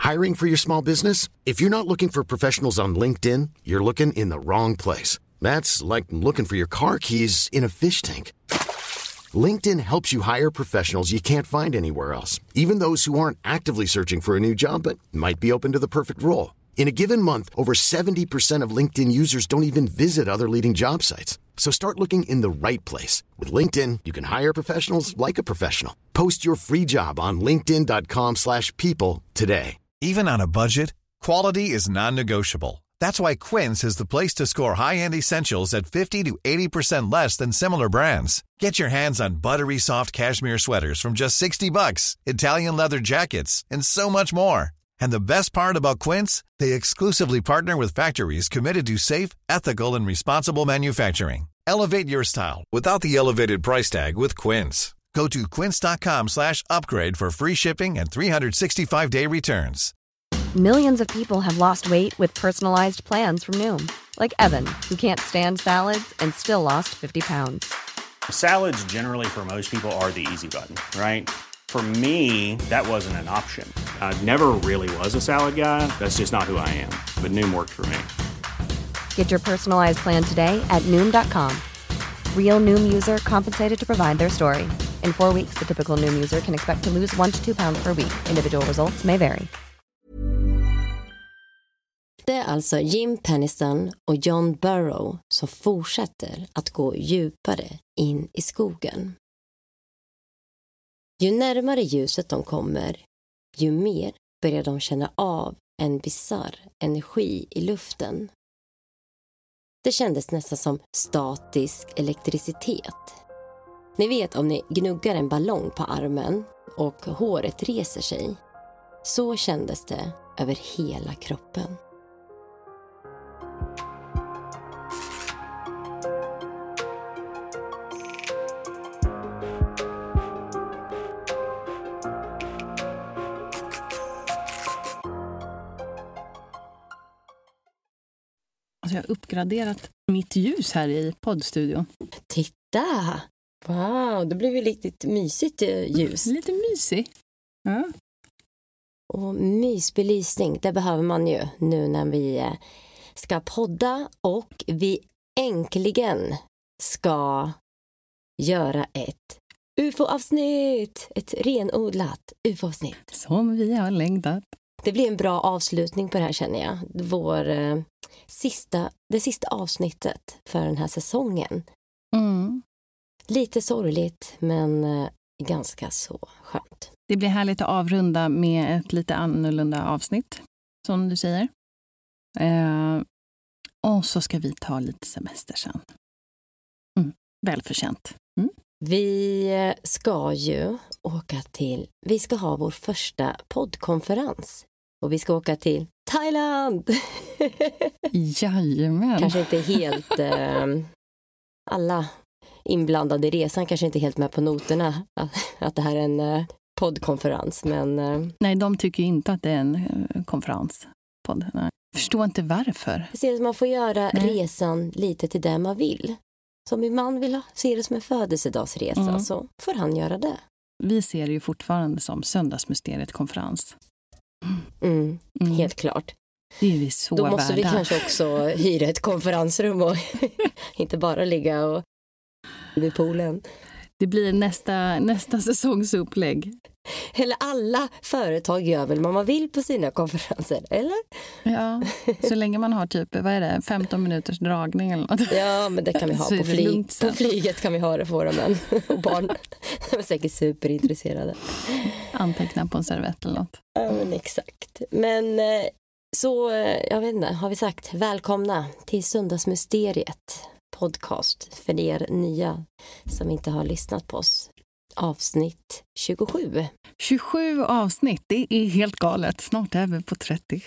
Hiring for your small business? If you're not looking for professionals on LinkedIn, you're looking in the wrong place. That's like looking for your car keys in a fish tank. LinkedIn helps you hire professionals you can't find anywhere else, even those who aren't actively searching for a new job but might be open to the perfect role. In a given month, over 70% of LinkedIn users don't even visit other leading job sites. So start looking in the right place. With LinkedIn, you can hire professionals like a professional. Post your free job on linkedin.com/people today. Even on a budget, quality is non-negotiable. That's why Quince is the place to score high-end essentials at 50 to 80% less than similar brands. Get your hands on buttery soft cashmere sweaters from just $60, Italian leather jackets, and so much more. And the best part about Quince, they exclusively partner with factories committed to safe, ethical, and responsible manufacturing. Elevate your style without the elevated price tag with Quince. Go to quince.com/upgrade for free shipping and 365-day returns. Millions of people have lost weight with personalized plans from Noom. Like Evan, who can't stand salads and still lost 50 pounds. Salads generally for most people are the easy button, right? For me, that wasn't an option. I never really was a salad guy. That's just not who I am. But Noom worked for me. Get your personalized plan today at Noom.com. Real Noom user compensated to provide their story. In 4 weeks, the typical Noom user can expect to lose 1 to 2 pounds per week. Individual results may vary. Det är alltså Jim Penniston och John Burrow som fortsätter att gå djupare in i skogen. Ju närmare ljuset de kommer, ju mer börjar de känna av en bizarr energi i luften. Det kändes nästan som statisk elektricitet. Ni vet om ni gnuggar en ballong på armen och håret reser sig. Så kändes det över hela kroppen. Alltså jag har uppgraderat mitt ljus här i poddstudion. Titta! Wow, det blev ju riktigt mysigt ljus. Lite mysig. Ja. Och mysbelysning, det behöver man ju nu när vi ska podda och vi äntligen ska göra ett UFO-avsnitt. Ett renodlat UFO-avsnitt. Som vi har längtat. Det blir en bra avslutning på det här, känner jag. Det sista avsnittet för den här säsongen. Mm. Lite sorgligt, men ganska så skönt. Det blir härligt att avrunda med ett lite annorlunda avsnitt, som du säger. Och så ska vi ta lite semester sen. Välförtjänt. Vi ska ju vi ska ha vår första poddkonferens. Och vi ska åka till Thailand! Jajamän! Kanske inte helt... alla inblandade i resan kanske inte helt med på noterna att det här är en poddkonferens, men... Nej, de tycker ju inte att det är en konferenspodd. Nej. Förstår inte varför. Jag ser att man får göra resan lite till det man vill. Så om min man vill se det som en födelsedagsresa så får han göra det. Vi ser det ju fortfarande som Söndagsmysteriet konferens. Helt klart. Det är vi så Då måste värda. vi kanske också hyra ett konferensrum och inte bara ligga och vid poolen. Det blir nästa säsongsupplägg. Eller alla företag gör väl vad man vill på sina konferenser, eller? Ja, så länge man har typ, 15 minuters dragning eller något. Ja, men det kan vi ha på flyget kan vi ha det för våra män och barn. De är säkert superintresserade. Anteckna på en servett eller något. Ja, men exakt. Men så, jag vet inte, har vi sagt välkomna till Söndagsmysteriet podcast för er nya som inte har lyssnat på oss. Avsnitt 27. 27 avsnitt, det är helt galet. Snart är vi på 30.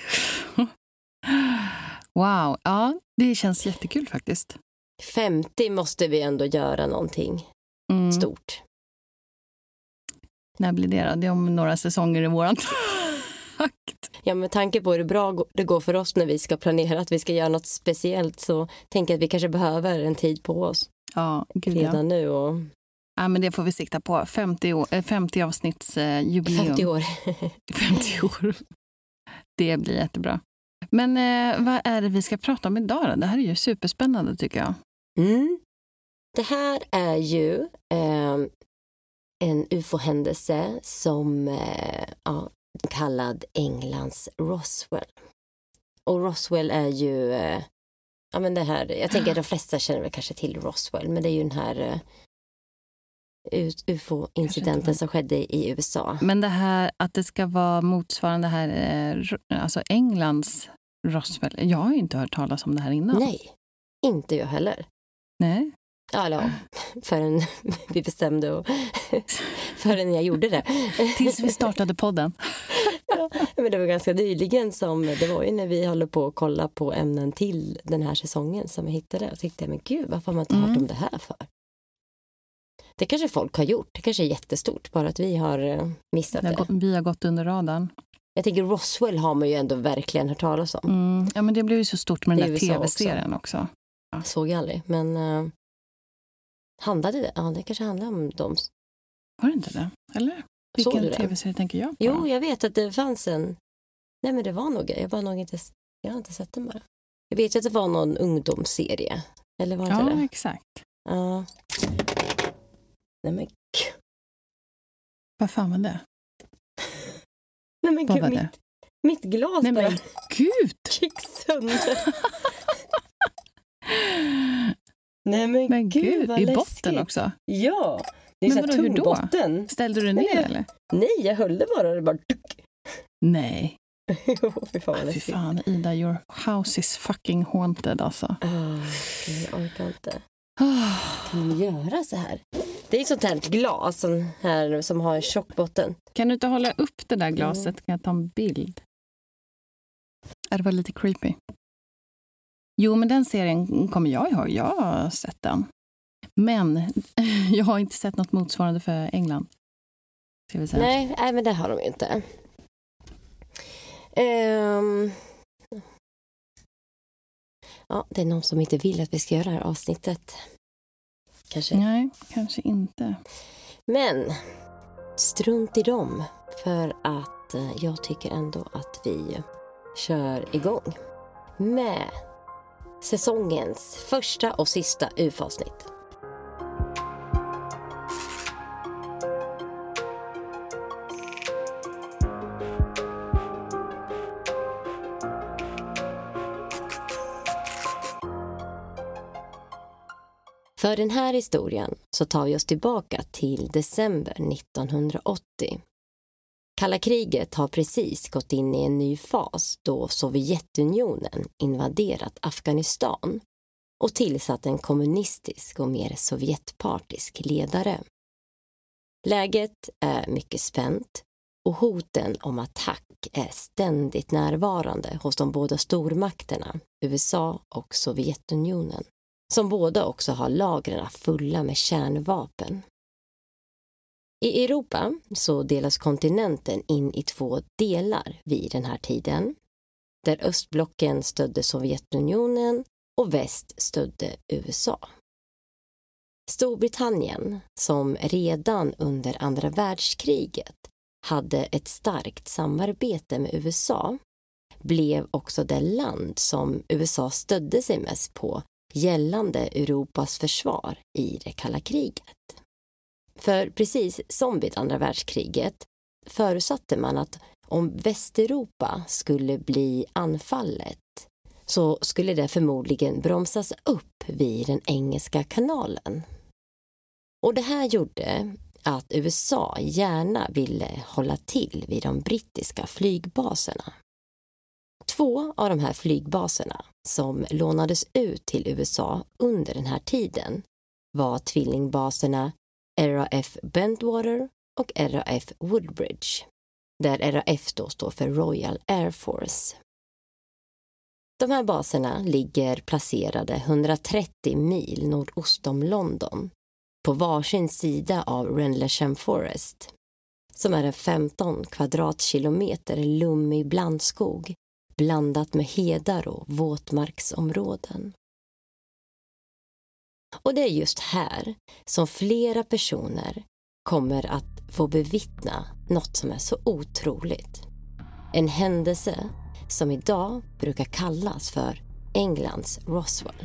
Wow, ja, det känns jättekul faktiskt. 50 måste vi ändå göra någonting stort. När blir det då? Det är om några säsonger i våran takt. Ja, med tanke på hur bra det går för oss när vi ska planera att vi ska göra något speciellt, så tänker jag att vi kanske behöver en tid på oss. Ja, redan nu. Och... Ja, men det får vi sikta på. 50 avsnitts jubileum. 50 år. 50 år. Det blir jättebra. Men vad är det vi ska prata om idag då? Det här är ju superspännande tycker jag. Det här är ju en UFO-händelse som kallad Englands Roswell. Och Roswell är ju men det här, jag tänker att de flesta känner väl kanske till Roswell, men det är ju den här UFO-incidenten som skedde i USA. Men det här att det ska vara motsvarande här, alltså Englands Roswell. Jag har ju inte hört talas om det här innan. Nej, inte jag heller. Nej. Ja, förrän vi bestämde och förrän jag gjorde det. Tills vi startade podden. Ja, men det var ganska nyligen som, det var ju när vi håller på att kolla på ämnen till den här säsongen som jag hittade och tyckte, men gud, varför har man inte hört om det här för? Det kanske folk har gjort, det kanske är jättestort, bara att vi har missat det. Vi har gått under radarn. Jag tänker Roswell har man ju ändå verkligen hört talas om. Ja, men det blev ju så stort med den där tv-serien också. Ja. Såg jag aldrig, men handlade det? Ja, det kanske handlar om dem. Var det inte det? Eller? Vilken tv-serie tänker jag på? Jo, jag vet att det fanns en... Nej, men det var nog... Jag har inte sett den bara. Jag vet att det var någon ungdomsserie. Eller var det inte det? Ja, exakt. Ja. Nej, men... Vad fan var det? Nej, men gud, mitt glas Nej, bara... men gud! Gick sönder. Nej, men gud, vad i läskigt. Botten också? Ja, det är så här tungbotten. Ställde du ner eller? Nej, jag höll det bara och det bara... Nej. Jo, fy fan vad läskigt. Fy fan, Ida, your house is fucking haunted alltså. Jag orkar inte. Kan du göra så här? Det är ett sånt här glas här, som har en tjock botten. Kan du inte hålla upp det där glaset? Kan jag ta en bild? Det var lite creepy. Jo, men den serien kommer jag ihåg. Jag har sett den. Men jag har inte sett något motsvarande för England. Nej, men det har de ju inte. Ja, det är någon som inte vill att vi ska göra det här avsnittet. Kanske. Nej, kanske inte. Men strunt i dem. För att jag tycker ändå att vi kör igång med säsongens första och sista UFO-avsnitt. För den här historien så tar vi oss tillbaka till december 1980. Kalla kriget har precis gått in i en ny fas då Sovjetunionen invaderat Afghanistan och tillsatt en kommunistisk och mer sovjetpartisk ledare. Läget är mycket spänt och hoten om attack är ständigt närvarande hos de båda stormakterna, USA och Sovjetunionen, som båda också har lagren fulla med kärnvapen. I Europa så delas kontinenten in i 2 delar vid den här tiden, där östblocken stödde Sovjetunionen och väst stödde USA. Storbritannien, som redan under andra världskriget hade ett starkt samarbete med USA, blev också det land som USA stödde sig mest på gällande Europas försvar i det kalla kriget. För precis som vid andra världskriget förutsatte man att om Västeuropa skulle bli anfallet så skulle det förmodligen bromsas upp vid den engelska kanalen. Och det här gjorde att USA gärna ville hålla till vid de brittiska flygbaserna. 2 av de här flygbaserna som lånades ut till USA under den här tiden var tvillingbaserna RAF Bentwater och RAF Woodbridge, där RAF då står för Royal Air Force. De här baserna ligger placerade 130 mil nordost om London på varsin sida av Rendlesham Forest, som är en 15 kvadratkilometer lummig blandskog blandat med hedar och våtmarksområden. Och det är just här som flera personer kommer att få bevittna något som är så otroligt. En händelse som idag brukar kallas för Englands Roswell.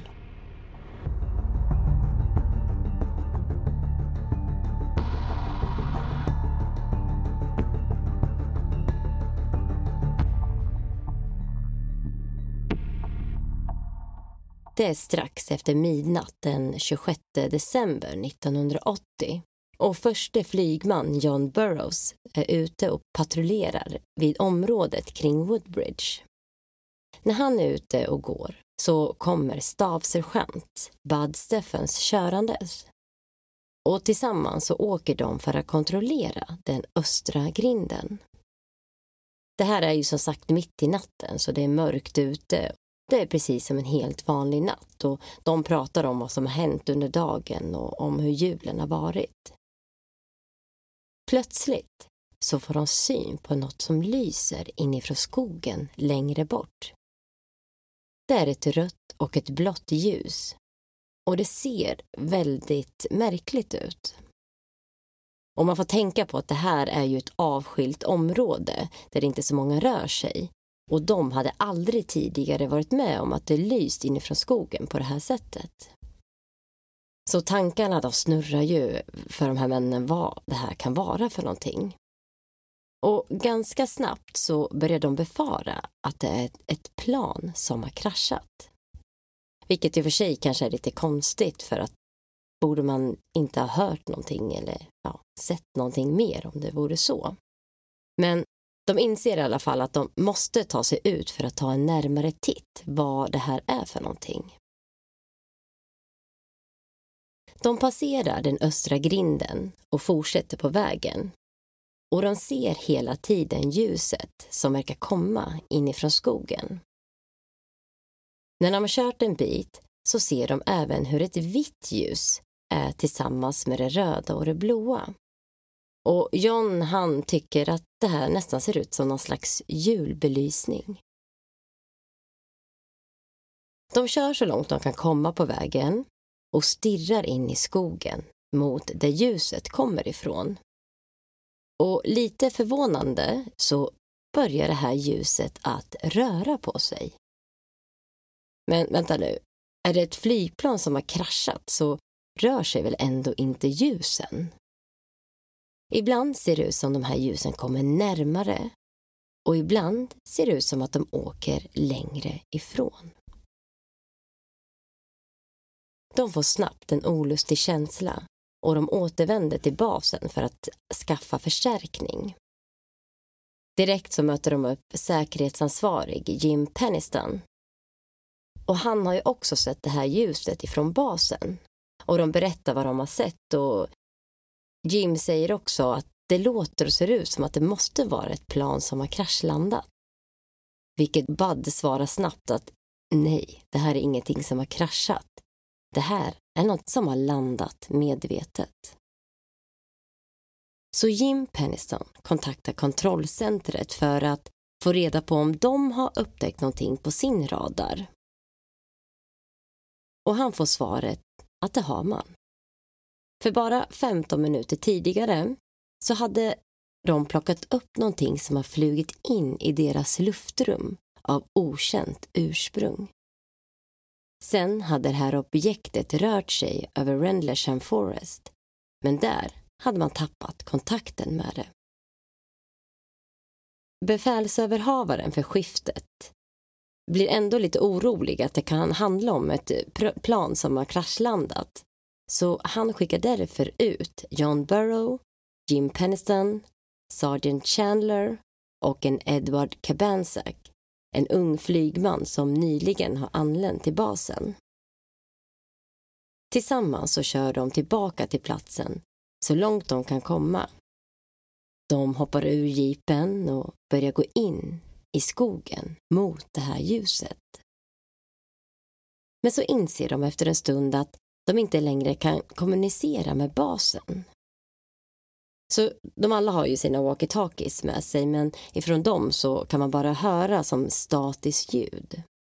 Det är strax efter midnatt den 26 december 1980 och förste flygman John Burroughs är ute och patrullerar vid området kring Woodbridge. När han är ute och går så kommer stabssergeant Bud Stephens körandes. Och tillsammans så åker de för att kontrollera den östra grinden. Det här är ju som sagt mitt i natten så det är mörkt ute. Det är precis som en helt vanlig natt och de pratar om vad som har hänt under dagen och om hur julen har varit. Plötsligt så får de syn på något som lyser inifrån skogen längre bort. Det är ett rött och ett blått ljus och det ser väldigt märkligt ut. Och man får tänka på att det här är ju ett avskilt område där inte så många rör sig. Och de hade aldrig tidigare varit med om att det lyst inifrån skogen på det här sättet. Så tankarna då snurrar ju för de här männen vad det här kan vara för någonting. Och ganska snabbt så börjar de befara att det är ett plan som har kraschat. Vilket i och för sig kanske är lite konstigt för att borde man inte ha hört någonting eller sett någonting mer om det vore så. Men de inser i alla fall att de måste ta sig ut för att ta en närmare titt vad det här är för någonting. De passerar den östra grinden och fortsätter på vägen. Och de ser hela tiden ljuset som verkar komma inifrån skogen. När de har kört en bit så ser de även hur ett vitt ljus är tillsammans med det röda och det blåa. Och John han tycker att det här nästan ser ut som någon slags julbelysning. De kör så långt de kan komma på vägen och stirrar in i skogen mot där ljuset kommer ifrån. Och lite förvånande så börjar det här ljuset att röra på sig. Men vänta nu, är det ett flygplan som har kraschat så rör sig väl ändå inte ljusen? Ibland ser det ut som de här ljusen kommer närmare och ibland ser det ut som att de åker längre ifrån. De får snabbt en olustig känsla och de återvänder till basen för att skaffa förstärkning. Direkt så möter de upp säkerhetsansvarig Jim Penniston. Och han har ju också sett det här ljuset ifrån basen. Och de berättar vad de har sett och Jim säger också att det låter och ser ut som att det måste vara ett plan som har kraschlandat. Vilket Bud svarar snabbt att nej, det här är ingenting som har kraschat. Det här är något som har landat medvetet. Så Jim Penniston kontaktar kontrollcentret för att få reda på om de har upptäckt någonting på sin radar. Och han får svaret att det har man. För bara 15 minuter tidigare så hade de plockat upp någonting som har flugit in i deras luftrum av okänt ursprung. Sen hade det här objektet rört sig över Rendlesham Forest, men där hade man tappat kontakten med det. Befälsöverhavaren för skiftet blir ändå lite orolig att det kan handla om ett plan som har kraschlandat. Så han skickar därför ut John Burroughs, Jim Penniston, Sergeant Chandler och en Edward Cabansack, en ung flygman som nyligen har anlänt till basen. Tillsammans så kör de tillbaka till platsen så långt de kan komma. De hoppar ur jeepen och börjar gå in i skogen mot det här ljuset. Men så inser de efter en stund att de inte längre kan kommunicera med basen. Så de alla har ju sina walkie-talkies med sig, men ifrån dem så kan man bara höra som statiskt ljud.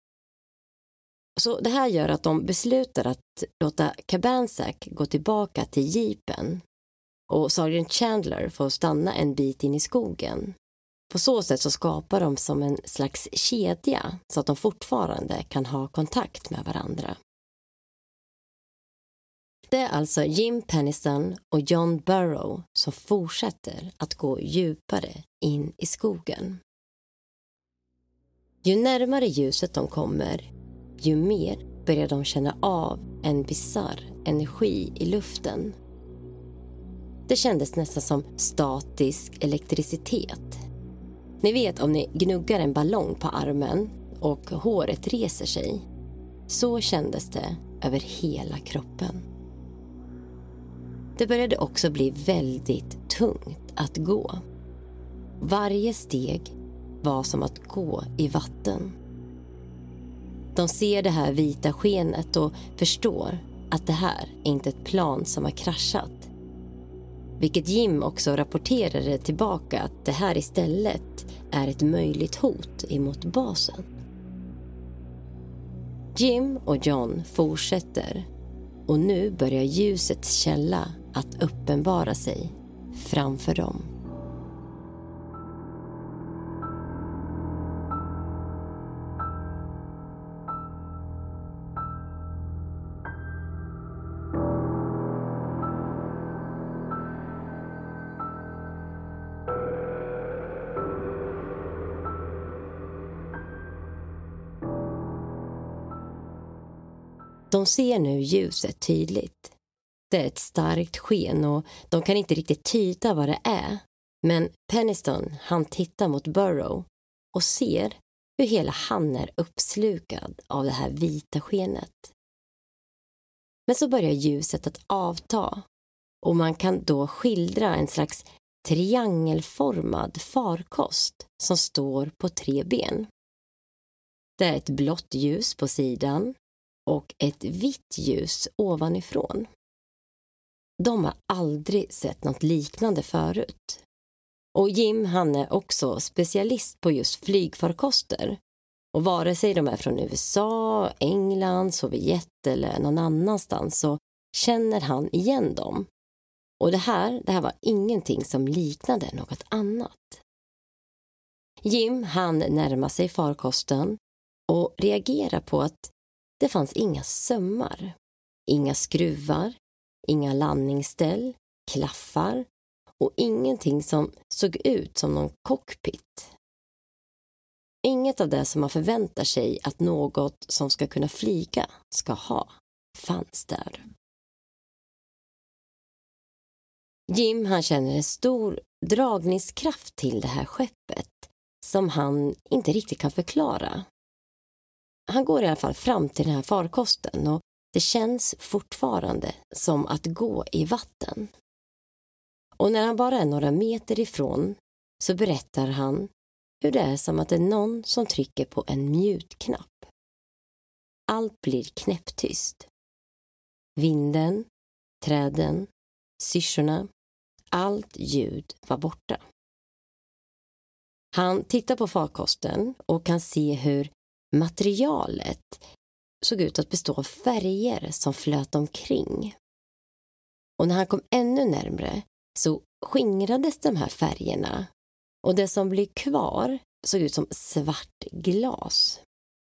Så det här gör att de beslutar att låta Cabansack gå tillbaka till jeepen och Sergeant Chandler får stanna en bit in i skogen på så sätt så skapar de som en slags kedja så att de fortfarande kan ha kontakt med varandra. Det är alltså Jim Penniston och John Burrow som fortsätter att gå djupare in i skogen. Ju närmare ljuset de kommer, ju mer börjar de känna av en bizarr energi i luften. Det kändes nästan som statisk elektricitet. Ni vet om ni gnuggar en ballong på armen och håret reser sig. Så kändes det över hela kroppen. Det började också bli väldigt tungt att gå. Varje steg var som att gå i vatten. De ser det här vita skenet och förstår att det här är inte ett plan som har kraschat. Vilket Jim också rapporterade tillbaka att det här istället är ett möjligt hot emot basen. Jim och John fortsätter och nu börjar ljusets källa att uppenbara sig framför dem. De ser nu ljuset tydligt. Det är ett starkt sken och de kan inte riktigt tyda vad det är. Men Penniston, han tittar mot Burrow och ser hur hela han är uppslukad av det här vita skenet. Men så börjar ljuset att avta och man kan då skildra en slags triangelformad farkost som står på 3 ben. Det är ett blått ljus på sidan och ett vitt ljus ovanifrån. De har aldrig sett något liknande förut. Och Jim, han är också specialist på just flygfarkoster. Och vare sig de är från USA, England, Sovjet eller någon annanstans så känner han igen dem. Och det här var ingenting som liknade något annat. Jim, han närmar sig farkosten och reagerar på att det fanns inga sömmar, inga skruvar, inga landningsställ, klaffar och ingenting som såg ut som någon cockpit. Inget av det som man förväntar sig att något som ska kunna flyga ska ha fanns där. Jim, han känner en stor dragningskraft till det här skeppet som han inte riktigt kan förklara. Han går i alla fall fram till den här farkosten och det känns fortfarande som att gå i vatten. Och när han bara är några meter ifrån så berättar han hur det är som att det är någon som trycker på en mute-knapp. Allt blir knäpptyst. Vinden, träden, syrsorna, allt ljud var borta. Han tittar på farkosten och kan se hur materialet såg ut att bestå av färger som flöt omkring. Och när han kom ännu närmare så skingrades de här färgerna och det som blev kvar såg ut som svart glas.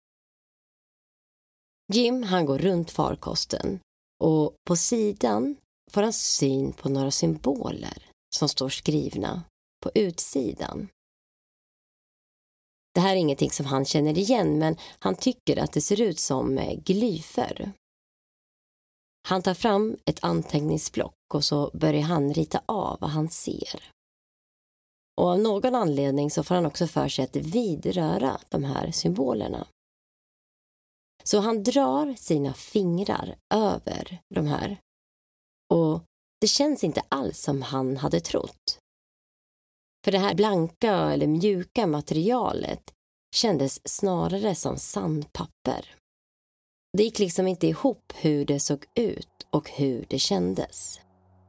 Jim, han går runt farkosten och på sidan får han syn på några symboler som står skrivna på utsidan. Det här är ingenting som han känner igen, men han tycker att det ser ut som glyfer. Han tar fram ett anteckningsblock och så börjar han rita av vad han ser. Och av någon anledning så får han också för sig att vidröra de här symbolerna. Så han drar sina fingrar över de här. Och det känns inte alls som han hade trott. För det här blanka eller mjuka materialet kändes snarare som sandpapper. Det gick liksom inte ihop hur det såg ut och hur det kändes.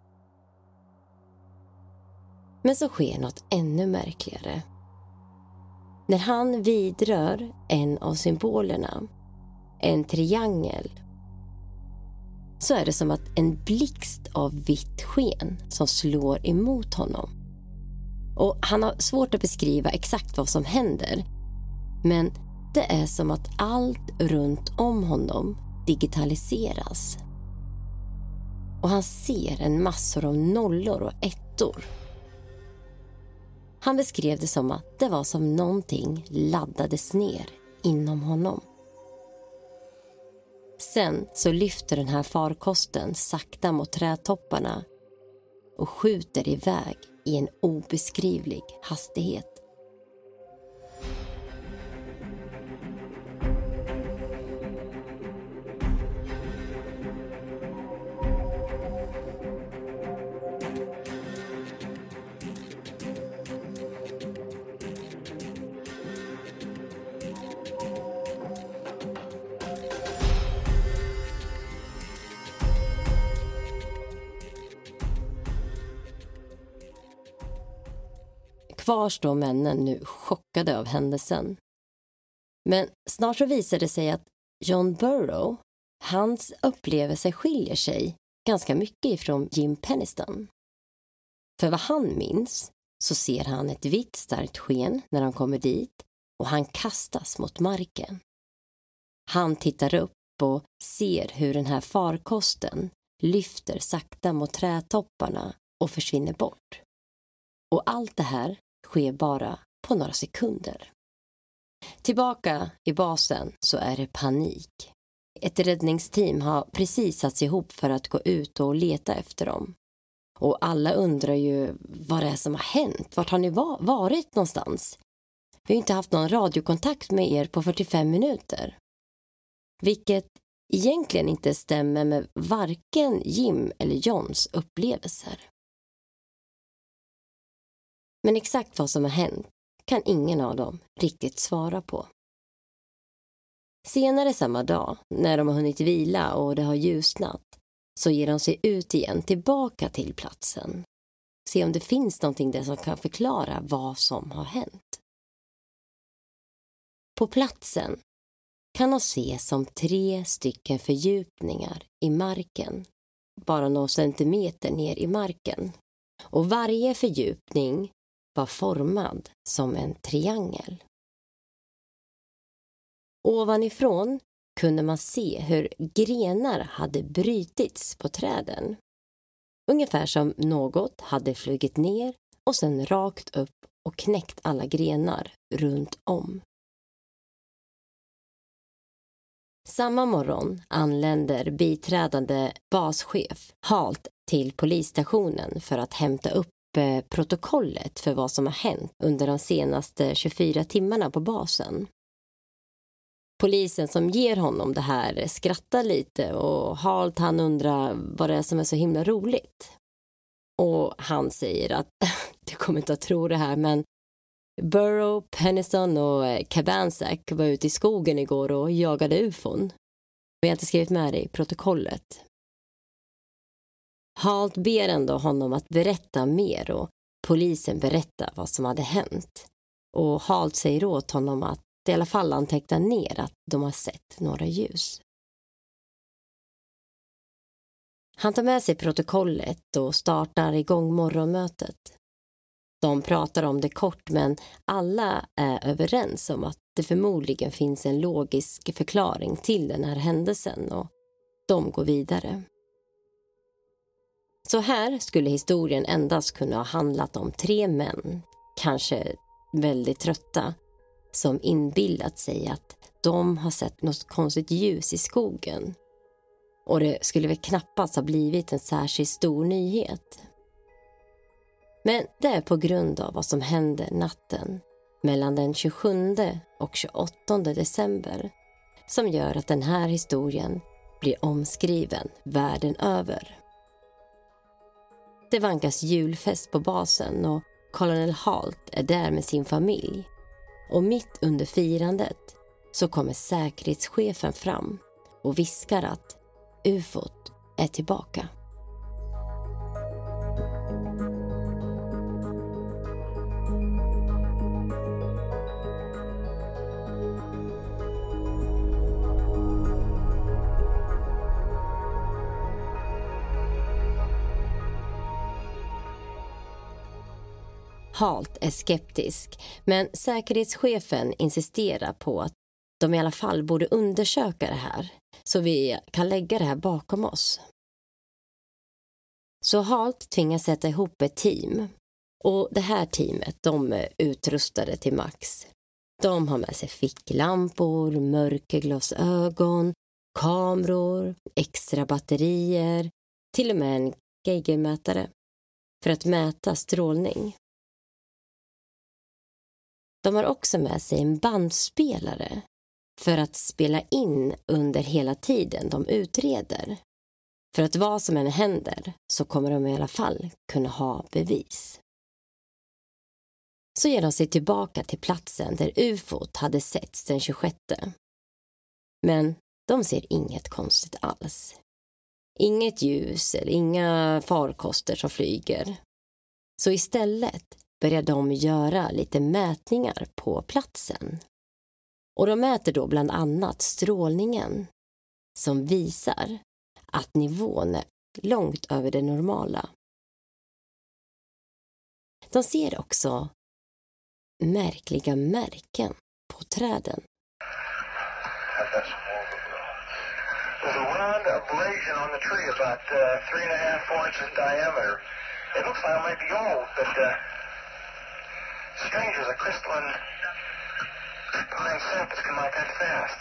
Men så sker något ännu märkligare. När han vidrör en av symbolerna, en triangel, så är det som att en blixt av vitt sken som slår emot honom. Och han har svårt att beskriva exakt vad som händer. Men det är som att allt runt om honom digitaliseras. Och han ser en massor av nollor och ettor. Han beskrev det som att det var som någonting laddades ner inom honom. Sen så lyfter den här farkosten sakta mot trädtopparna och skjuter iväg i en obeskrivlig hastighet. Kvar står männen nu chockade av händelsen. Men snart så visar det sig att John Burrow, hans upplevelse skiljer sig ganska mycket ifrån Jim Penniston. För vad han minns så ser han ett vitt starkt sken när han kommer dit och han kastas mot marken. Han tittar upp och ser hur den här farkosten lyfter sakta mot trädtopparna och försvinner bort. Och allt det här sker bara på några sekunder. Tillbaka i basen så är det panik. Ett räddningsteam har precis satts ihop för att gå ut och leta efter dem. Och alla undrar ju vad det är som har hänt. Vart har ni varit någonstans? Vi har inte haft någon radiokontakt med er på 45 minuter. Vilket egentligen inte stämmer med varken Jim eller Johns upplevelser. Men exakt vad som har hänt kan ingen av dem riktigt svara på. Senare samma dag, när de har hunnit vila och det har ljusnat, så ger de sig ut igen tillbaka till platsen. Se om det finns någonting där som kan förklara vad som har hänt. På platsen kan de se som 3 stycken fördjupningar i marken, bara några centimeter ner i marken. Och varje fördjupning var formad som en triangel. Ovanifrån kunde man se hur grenar hade brytits på träden. Ungefär som något hade flugit ner och sen rakt upp och knäckt alla grenar runt om. Samma morgon anländer biträdande baschef Halt till polisstationen för att hämta upp protokollet för vad som har hänt under de senaste 24 timmarna på basen. Polisen som ger honom det här skrattar lite och Halt han undrar vad det är som är så himla roligt. Och han säger att du kommer inte att tro det här, men Burrow, Penniston och Cabansack var ute i skogen igår och jagade ufon. Vi har inte skrivit med det i protokollet. Halt ber ändå honom att berätta mer och polisen berättar vad som hade hänt. Och Halt säger åt honom att i alla fall anteckna ner att de har sett några ljus. Han tar med sig protokollet och startar igång morgonmötet. De pratar om det kort, men alla är överens om att det förmodligen finns en logisk förklaring till den här händelsen och de går vidare. Så här skulle historien endast kunna ha handlat om 3 män, kanske väldigt trötta, som inbillat sig att de har sett något konstigt ljus i skogen. Och det skulle väl knappast ha blivit en särskilt stor nyhet. Men det är på grund av vad som hände natten mellan den 27 och 28 december som gör att den här historien blir omskriven världen över. Det vankas julfest på basen och Colonel Halt är där med sin familj. Och mitt under firandet så kommer säkerhetschefen fram och viskar att ufot är tillbaka. Halt är skeptisk, men säkerhetschefen insisterar på att de i alla fall borde undersöka det här så vi kan lägga det här bakom oss. Så Halt tvingas sätta ihop ett team, och det här teamet, de är utrustade till max. De har med sig ficklampor, mörkerglasögon, kameror, extra batterier, till och med en geigermätare för att mäta strålning. De har också med sig en bandspelare för att spela in under hela tiden de utreder. För att vad som än händer så kommer de i alla fall kunna ha bevis. Så ger de sig tillbaka till platsen där UFOt hade setts den 26. Men de ser inget konstigt alls. Inget ljus eller inga farkoster som flyger. Så istället börjar de göra lite mätningar på platsen. Och de mäter då bland annat strålningen som visar att nivån är långt över det normala. De ser också märkliga märken på träden. There's a round abrasion on the tree about 3.5-4 inches in diameter. It looks like it might be old, but strange as a crystalline pine sap has come out that fast.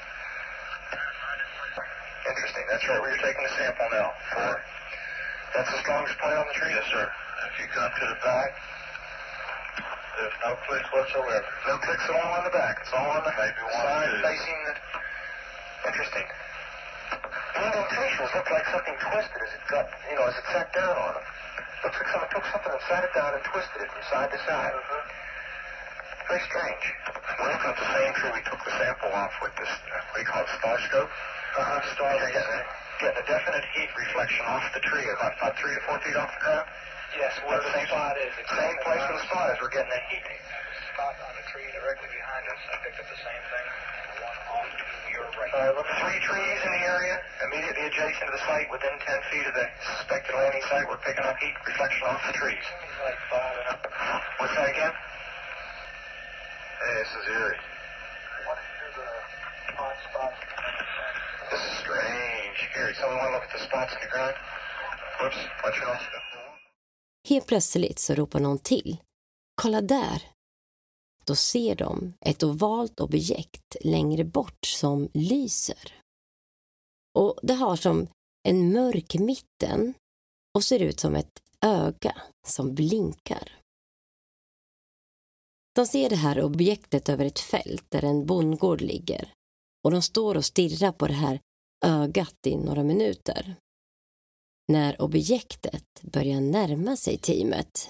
Interesting. That's right. Where you're taking the sample now. 4. That's the strongest point on the tree? Yes, sir. If you come to the back, there's no clicks whatsoever. No clicks at all on the back. It's all on the side facing the... Interesting. The indentations look like something twisted as it got, as it sat down on them. Looks like someone took something and sat it down and twisted it from side to side. Very strange. We're looking at the same tree we took the sample off with this, what do you call it, starscope? Getting a definite heat reflection off the tree, about 3 to 4 feet off the ground. Yes, where the spot is. Same place where the spot is. We're getting a heat spot on the tree directly behind us. I picked up the same thing. One off to your right. Look, 3 trees in the area, immediately adjacent to the site, within 10 feet of the suspected landing site. We're picking up heat reflection off the trees. What's that again? Hey, this is eerie. This is strange. Here, someone want to look at the spots in the ground? Whoops, watch your nose. Helt plötsligt så ropar någon till. Kolla där! Då ser de ett ovalt objekt längre bort som lyser. Och det har som en mörk mitten och ser ut som ett öga som blinkar. De ser det här objektet över ett fält där en bondgård ligger. Och de står och stirrar på det här ögat i några minuter. När objektet börjar närma sig teamet.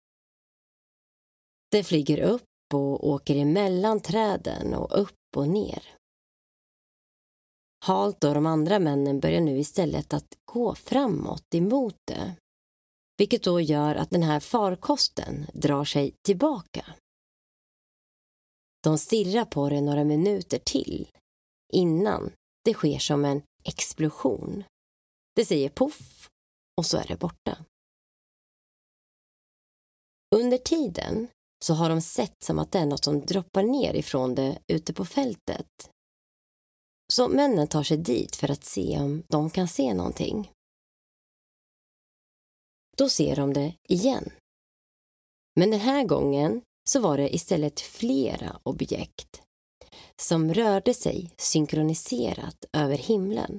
Det flyger upp och åker emellan träden och upp och ner. Halt och de andra männen börjar nu istället att gå framåt emot det. Vilket då gör att den här farkosten drar sig tillbaka. De stirrar på det några minuter till innan det sker som en explosion. Det säger poff och så är det borta. Under tiden så har de sett som att det är något som droppar ner ifrån det ute på fältet. Så männen tar sig dit för att se om de kan se någonting. Då ser de det igen. Men den här gången så var det istället flera objekt som rörde sig synkroniserat över himlen.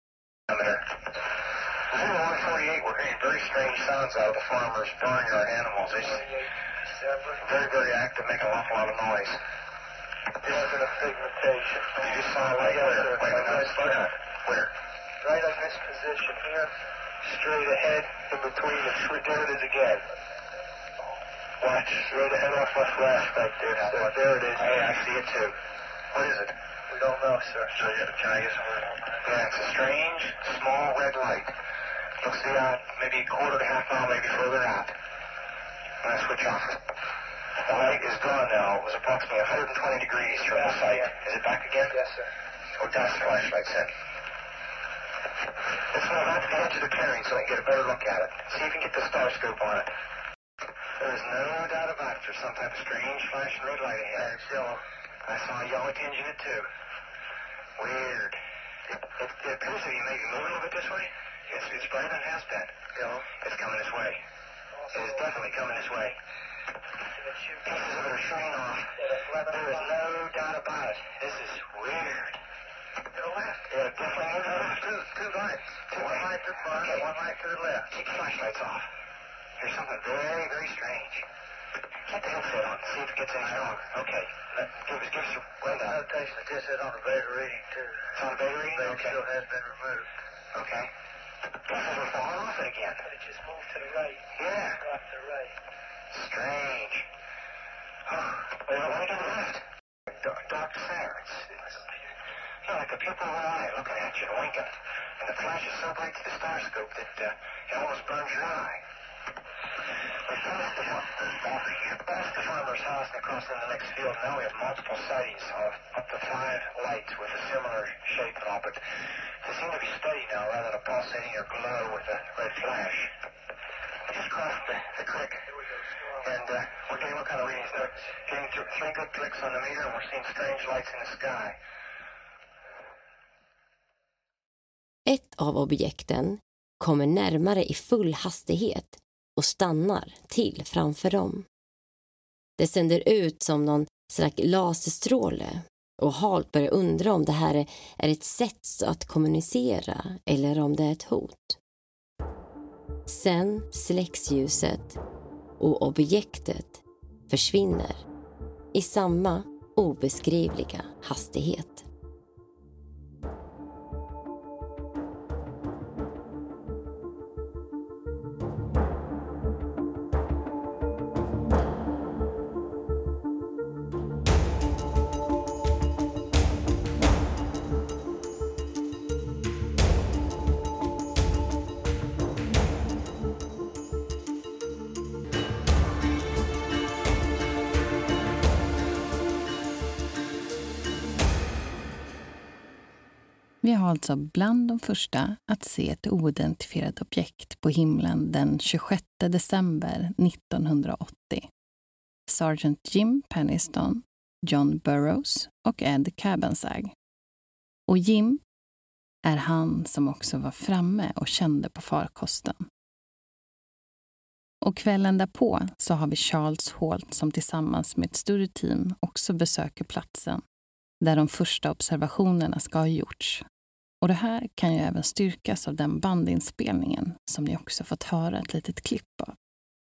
Very strange sounds out of the farmers' barnyard animals. They're very, very active, making an awful lot of noise. This is a pigmentation. You just saw it right there. Where? Right on this position here, straight ahead, in between the tree. There it is again. Watch, straight ahead off my flash right there. There it is. Hey, I see it too. What is it? We don't know, sir. So, can I get some? Yeah, it's a strange, small red light. Looks to be maybe a quarter to half mile, maybe further out. I'm going to switch off. The light is gone now. It was approximately 120 degrees from the site. Is it back again? Yes, sir. Or does the flashlight set? Let's move out to the edge of the clearing so I can get a better look at it. See if you can get the star scope on it. There's no doubt about it. There's some type of strange flashing red light ahead. It's yellow. I saw a yellow tinge in it too. Weird. It appears to be maybe moving a little bit this way. It's brighter than it has been. Yellow. It's coming this way. It is definitely coming this way. Pieces of it are shooting off. There is no doubt about it. This is weird. To the left. Yeah, definitely moving to the left. Two lights. One light to the front, okay. One light to the left. Keep the flashlights off. There's something very, very strange. Get the headset on. See if it gets any stronger. Okay. Give us your notation that this is on a beta reading, too. It's on a beta reading? Okay. It still has been removed. Okay. Pieces are falling off it again. But it just moved to the right. Yeah. Right to the right. Strange. Oh, well, right to the left. Dark center. It's like the pupil of an eye looking at you and winking. And the flash is so bright to the starscope that it almost burns your eye. We passed the farmer's house and across in the next field. Now we have multiple sightings of up to 5 lights with a similar shape and all, but they seem to be steady now rather than a pulsating or glow with a red flash. We just crossed the creek, and we're getting what kind of readings there? Getting 3 good clicks on the meter, and we're seeing strange lights in the sky. Ett av objekten kommer närmare i full hastighet och stannar till framför dem. Det sänder ut som någon slags laserstråle och Halt börjar undra om det här är ett sätt att kommunicera eller om det är ett hot. Sen släcks ljuset och objektet försvinner i samma obeskrivliga hastighet. Vi har alltså bland de första att se ett oidentifierat objekt på himlen den 26 december 1980. Sergeant Jim Penniston, John Burroughs och Ed Cabensag. Och Jim är han som också var framme och kände på farkosten. Och kvällen därpå så har vi Charles Halt som tillsammans med ett större team också besöker platsen där de första observationerna ska ha gjorts. Och det här kan ju även styrkas av den bandinspelningen som ni också fått höra ett litet klipp av.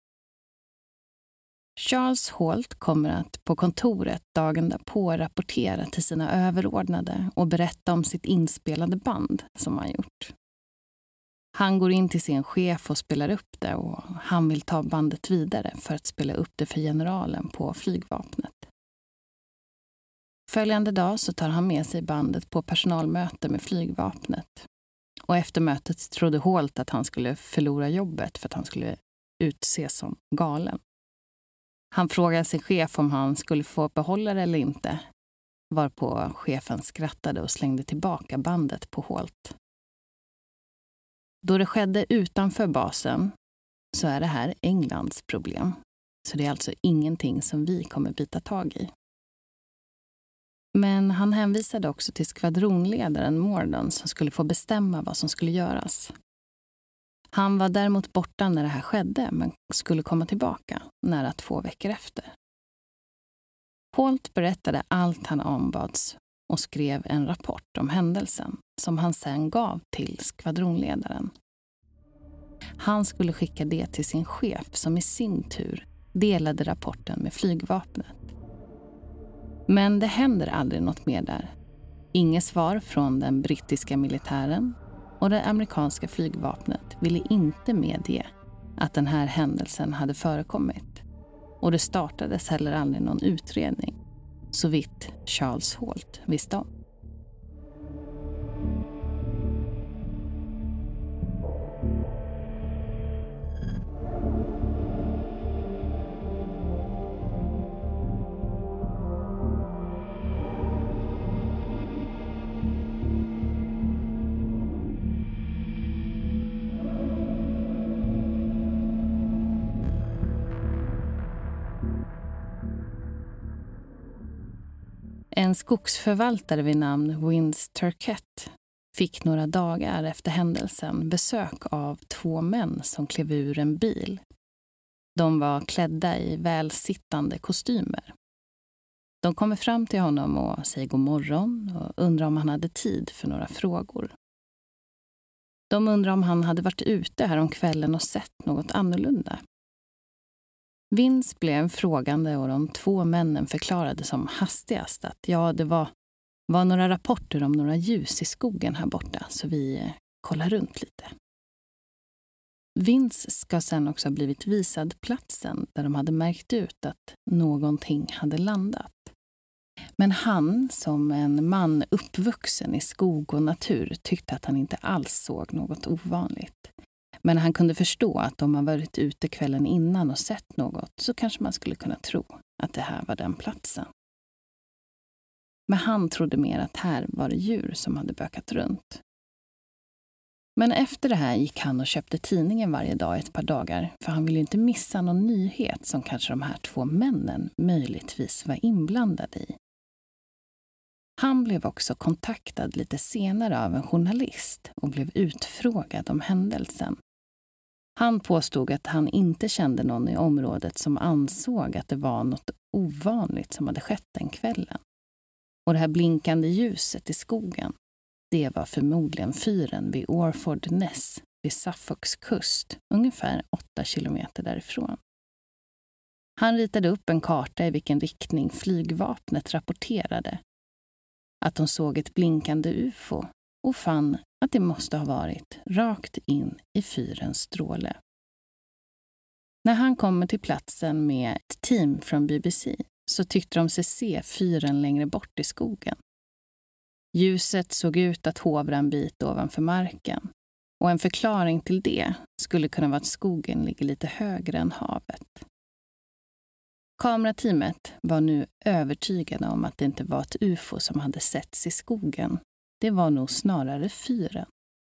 Charles Halt kommer att på kontoret dagen därpå rapportera till sina överordnade och berätta om sitt inspelade band som han gjort. Han går in till sin chef och spelar upp det och han vill ta bandet vidare för att spela upp det för generalen på flygvapnet. Följande dag så tar han med sig bandet på personalmöte med flygvapnet. Och efter mötet trodde Halt att han skulle förlora jobbet för att han skulle utses som galen. Han frågade sin chef om han skulle få behålla det eller inte, varpå chefen skrattade och slängde tillbaka bandet på Halt. Då det skedde utanför basen så är det här Englands problem. Så det är alltså ingenting som vi kommer bita tag i. Men han hänvisade också till skvadronledaren Morden som skulle få bestämma vad som skulle göras. Han var däremot borta när det här skedde men skulle komma tillbaka nära 2 veckor efter. Halt berättade allt han ombads och skrev en rapport om händelsen som han sen gav till skvadronledaren. Han skulle skicka det till sin chef som i sin tur delade rapporten med flygvapnet. Men det händer aldrig något mer där. Inget svar från den brittiska militären och det amerikanska flygvapnet ville inte medge att den här händelsen hade förekommit. Och det startades heller aldrig någon utredning, så vitt Charles Halt visste om. En skogsförvaltare vid namn Vince Turkett fick några dagar efter händelsen besök av 2 män som klev ur en bil. De var klädda i välsittande kostymer. De kommer fram till honom och säger god morgon och undrar om han hade tid för några frågor. De undrar om han hade varit ute här om kvällen och sett något annorlunda. Vince blev frågande och de 2 männen förklarade som hastigast att det var några rapporter om några ljus i skogen här borta, så vi kollar runt lite. Vince ska sen också ha blivit visad platsen där de hade märkt ut att någonting hade landat. Men han, som en man uppvuxen i skog och natur, tyckte att han inte alls såg något ovanligt. Men han kunde förstå att om man varit ute kvällen innan och sett något så kanske man skulle kunna tro att det här var den platsen. Men han trodde mer att här var det djur som hade bökat runt. Men efter det här gick han och köpte tidningen varje dag ett par dagar, för han ville inte missa någon nyhet som kanske de här 2 männen möjligtvis var inblandade i. Han blev också kontaktad lite senare av en journalist och blev utfrågad om händelsen. Han påstod att han inte kände någon i området som ansåg att det var något ovanligt som hade skett den kvällen. Och det här blinkande ljuset i skogen, det var förmodligen fyren vid Orford Ness vid Suffolks kust, ungefär 8 kilometer därifrån. Han ritade upp en karta i vilken riktning flygvapnet rapporterade att de såg ett blinkande UFO och fann att det måste ha varit rakt in i fyrens stråle. När han kommer till platsen med ett team från BBC så tyckte de sig se fyren längre bort i skogen. Ljuset såg ut att hovra en bit ovanför marken, och en förklaring till det skulle kunna vara att skogen ligger lite högre än havet. Kamerateamet var nu övertygade om att det inte var ett UFO som hade setts i skogen. Det var nog snarare fyren.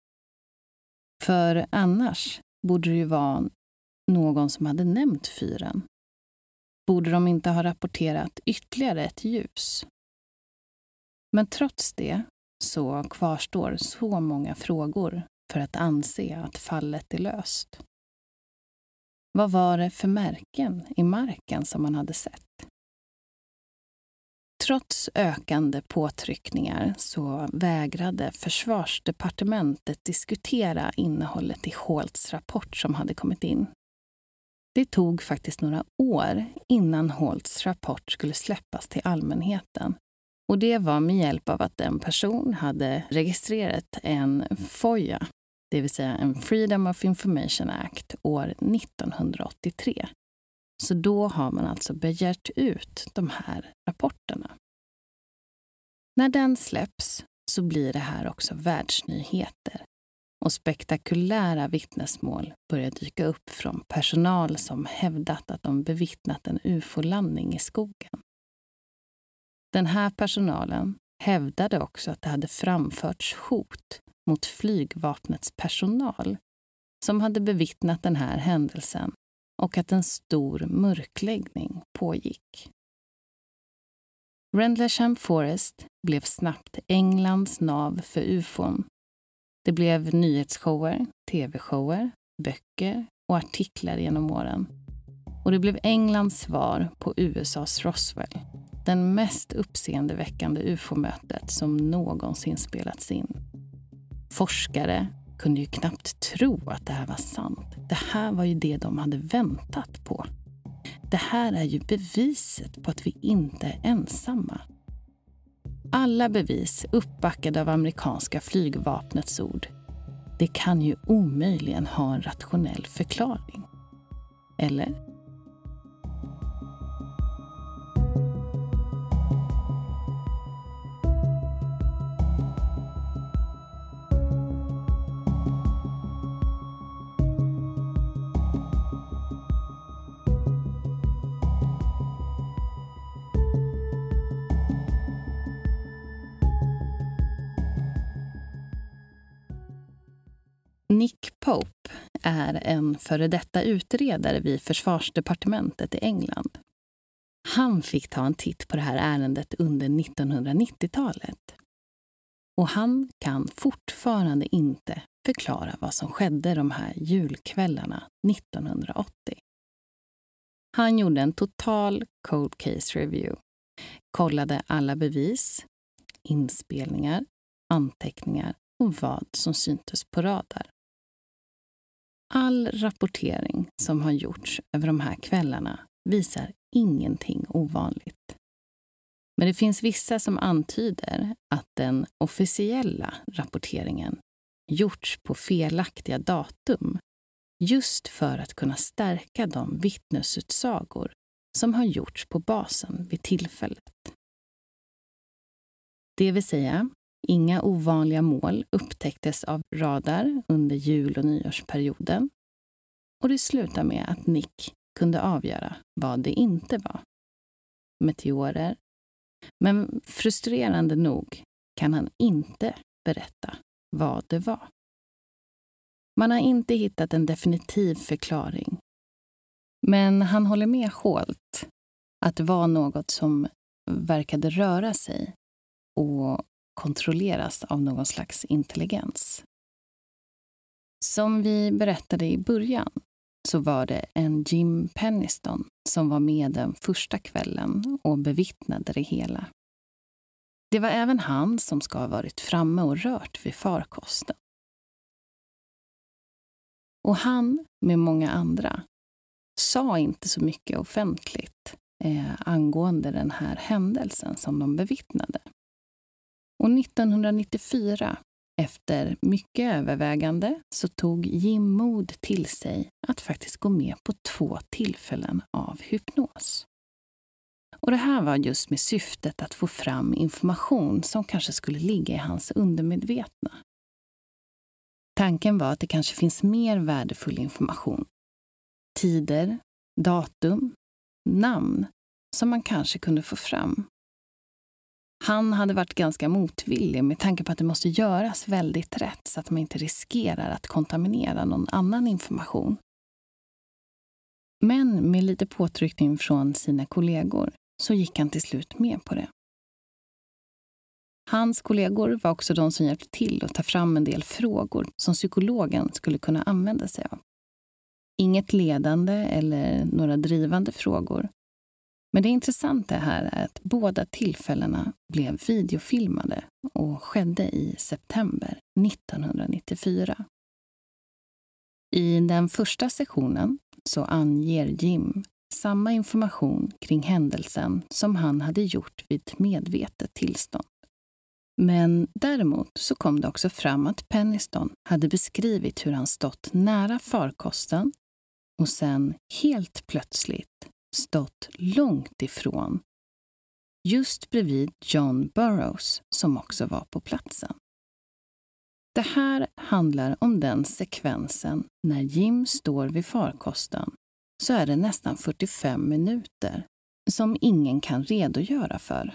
För annars borde det ju vara någon som hade nämnt fyren. Borde de inte ha rapporterat ytterligare ett ljus? Men trots det så kvarstår så många frågor för att anse att fallet är löst. Vad var det för märken i marken som man hade sett? Trots ökande påtryckningar så vägrade försvarsdepartementet diskutera innehållet i Halts rapport som hade kommit in. Det tog faktiskt några år innan Halts rapport skulle släppas till allmänheten. Och det var med hjälp av att en person hade registrerat en FOIA, det vill säga en Freedom of Information Act, år 1983. Så då har man alltså begärt ut de här rapporterna. När den släpps så blir det här också världsnyheter. Och spektakulära vittnesmål börjar dyka upp från personal som hävdat att de bevittnat en UFO-landning i skogen. Den här personalen hävdade också att det hade framförts hot mot flygvapnets personal som hade bevittnat den här händelsen och att en stor mörkläggning pågick. Rendlesham Forest blev snabbt Englands nav för UFOn. Det blev nyhetsshower, tv-shower, böcker och artiklar genom åren. Och det blev Englands svar på USAs Roswell, den mest uppseendeväckande UFO-mötet som någonsin spelats in. Forskare kunde ju knappt tro att det här var sant. Det här var ju det de hade väntat på. Det här är ju beviset på att vi inte är ensamma. Alla bevis uppbackade av amerikanska flygvapnets ord. Det kan ju omöjligen ha en rationell förklaring. Eller? Nick Pope är en före detta utredare vid försvarsdepartementet i England. Han fick ta en titt på det här ärendet under 1990-talet. Och han kan fortfarande inte förklara vad som skedde de här julkvällarna 1980. Han gjorde en total cold case review. Kollade alla bevis, inspelningar, anteckningar och vad som syntes på radar. All rapportering som har gjorts över de här kvällarna visar ingenting ovanligt. Men det finns vissa som antyder att den officiella rapporteringen gjorts på felaktiga datum just för att kunna stärka de vittnesutsagor som har gjorts på basen vid tillfället. Det vill säga, inga ovanliga mål upptäcktes av radar under jul- och nyårsperioden och det slutar med att Nick kunde avgöra vad det inte var. Meteorer. Men frustrerande nog kan han inte berätta vad det var. Man har inte hittat en definitiv förklaring. Men han håller med Holt att det var något som verkade röra sig och kontrolleras av någon slags intelligens. Som vi berättade i början så var det en Jim Penniston som var med den första kvällen och bevittnade det hela. Det var även han som ska ha varit framme och rört vid farkosten. Och han, med många andra, sa inte så mycket offentligt angående den här händelsen som de bevittnade. Och 1994, efter mycket övervägande, så tog Jim mod till sig att faktiskt gå med på 2 tillfällen av hypnos. Och det här var just med syftet att få fram information som kanske skulle ligga i hans undermedvetna. Tanken var att det kanske finns mer värdefull information. Tider, datum, namn som man kanske kunde få fram. Han hade varit ganska motvillig med tanke på att det måste göras väldigt rätt så att man inte riskerar att kontaminera någon annan information. Men med lite påtryckning från sina kollegor så gick han till slut med på det. Hans kollegor var också de som hjälpte till att ta fram en del frågor som psykologen skulle kunna använda sig av. Inget ledande eller några drivande frågor. Men det intressanta här är att båda tillfällena blev videofilmade och skedde i september 1994. I den första sessionen så anger Jim samma information kring händelsen som han hade gjort vid ett medvetet tillstånd. Men däremot så kom det också fram att Penniston hade beskrivit hur han stått nära farkosten och sen helt plötsligt stått långt ifrån, just bredvid John Burroughs som också var på platsen. Det här handlar om den sekvensen när Jim står vid farkosten så är det nästan 45 minuter som ingen kan redogöra för.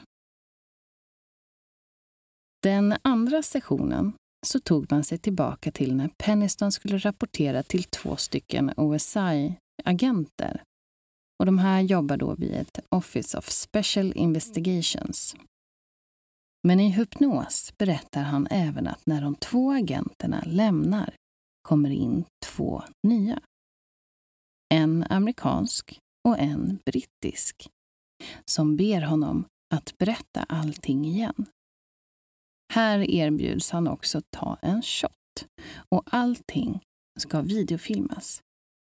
Den andra sessionen så tog man sig tillbaka till när Penniston skulle rapportera till 2 stycken OSI-agenter. Och de här jobbar då vid ett Office of Special Investigations. Men i hypnos berättar han även att när de 2 agenterna lämnar kommer in 2 nya. En amerikansk och en brittisk som ber honom att berätta allting igen. Här erbjuds han också att ta en shot och allting ska videofilmas.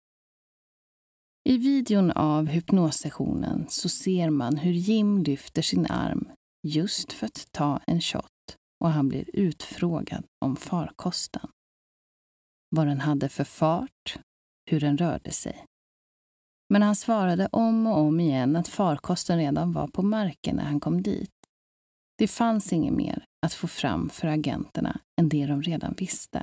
I videon av hypnossessionen så ser man hur Jim lyfter sin arm just för att ta en shot och han blir utfrågad om farkosten. Vad den hade för fart, hur den rörde sig. Men han svarade om och om igen att farkosten redan var på marken när han kom dit. Det fanns inget mer att få fram för agenterna än det de redan visste.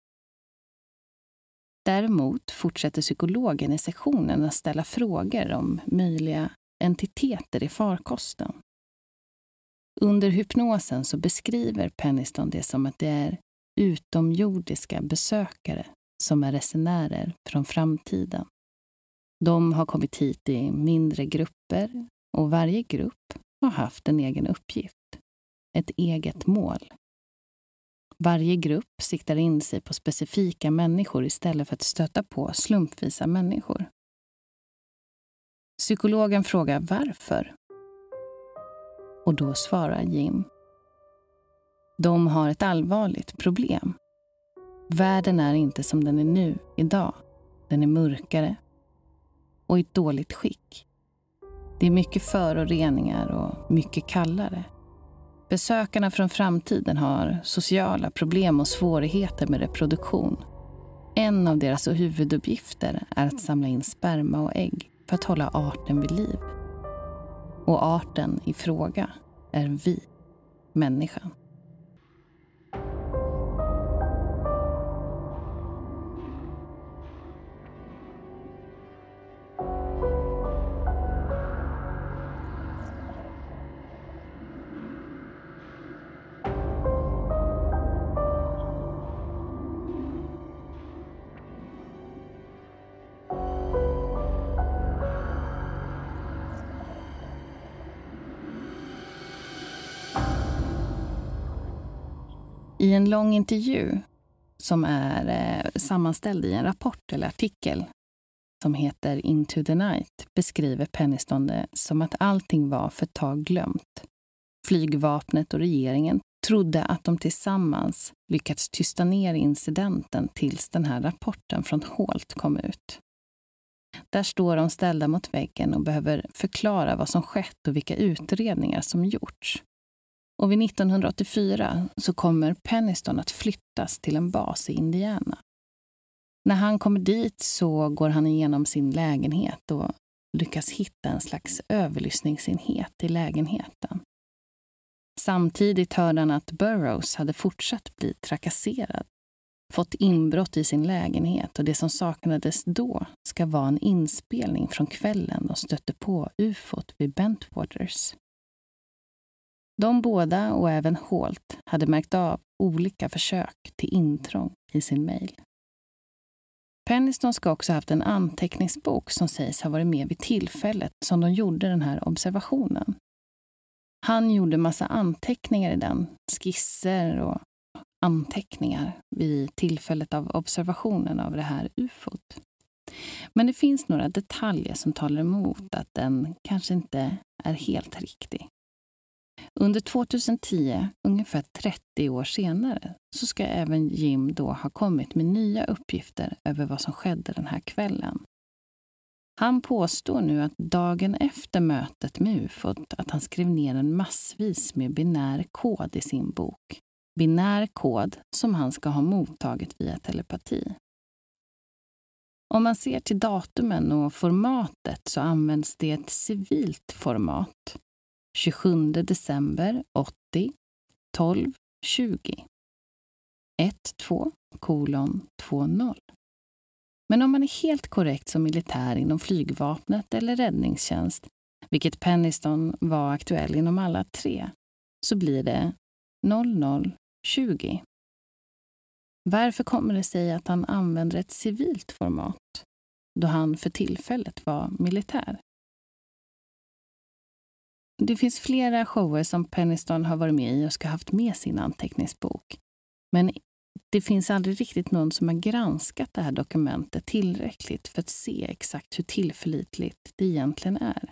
Däremot fortsätter psykologen i sessionen att ställa frågor om möjliga entiteter i farkosten. Under hypnosen så beskriver Penniston det som att det är utomjordiska besökare som är resenärer från framtiden. De har kommit hit i mindre grupper och varje grupp har haft en egen uppgift, ett eget mål. Varje grupp siktar in sig på specifika människor istället för att stöta på slumpvisa människor. Psykologen frågar varför. Och då svarar Jim: de har ett allvarligt problem. Världen är inte som den är nu, idag. Den är mörkare och i ett dåligt skick. Det är mycket föroreningar och mycket kallare. Besökarna från framtiden har sociala problem och svårigheter med reproduktion. En av deras huvuduppgifter är att samla in sperma och ägg för att hålla arten vid liv. Och arten i fråga är vi, människan. I en lång intervju som är sammanställd i en rapport eller artikel som heter Into the Night beskriver Penniston det som att allting var för ett tag glömt. Flygvapnet och regeringen trodde att de tillsammans lyckats tysta ner incidenten tills den här rapporten från Holt kom ut. Där står de ställda mot väggen och behöver förklara vad som skett och vilka utredningar som gjorts. Och vid 1984 så kommer Penniston att flyttas till en bas i Indiana. När han kommer dit så går han igenom sin lägenhet och lyckas hitta en slags överlyssningsenhet i lägenheten. Samtidigt hörde han att Burroughs hade fortsatt bli trakasserad, fått inbrott i sin lägenhet och det som saknades då ska vara en inspelning från kvällen och stötte på UFOt vid Bentwaters. De båda och även Holt hade märkt av olika försök till intrång i sin mejl. Penniston ska också ha haft en anteckningsbok som sägs ha varit med vid tillfället som de gjorde den här observationen. Han gjorde massa anteckningar i den, skisser och anteckningar vid tillfället av observationen av det här UFOt. Men det finns några detaljer som talar emot att den kanske inte är helt riktig. Under 2010, ungefär 30 år senare, så ska även Jim då ha kommit med nya uppgifter över vad som skedde den här kvällen. Han påstår nu att dagen efter mötet med UFOt att han skrev ner en massvis med binär kod i sin bok. Binär kod som han ska ha mottagit via telepati. Om man ser till datumen och formatet så används det ett civilt format. 27 december 80 12 20 12:20. Men om man är helt korrekt som militär inom flygvapnet eller räddningstjänst, vilket Penniston var aktuell inom alla tre, så blir det 00:20. Varför kommer det sig att han använder ett civilt format då han för tillfället var militär? Det finns flera shower som Penniston har varit med i och ska ha haft med sin anteckningsbok. Men det finns aldrig riktigt någon som har granskat det här dokumentet tillräckligt för att se exakt hur tillförlitligt det egentligen är.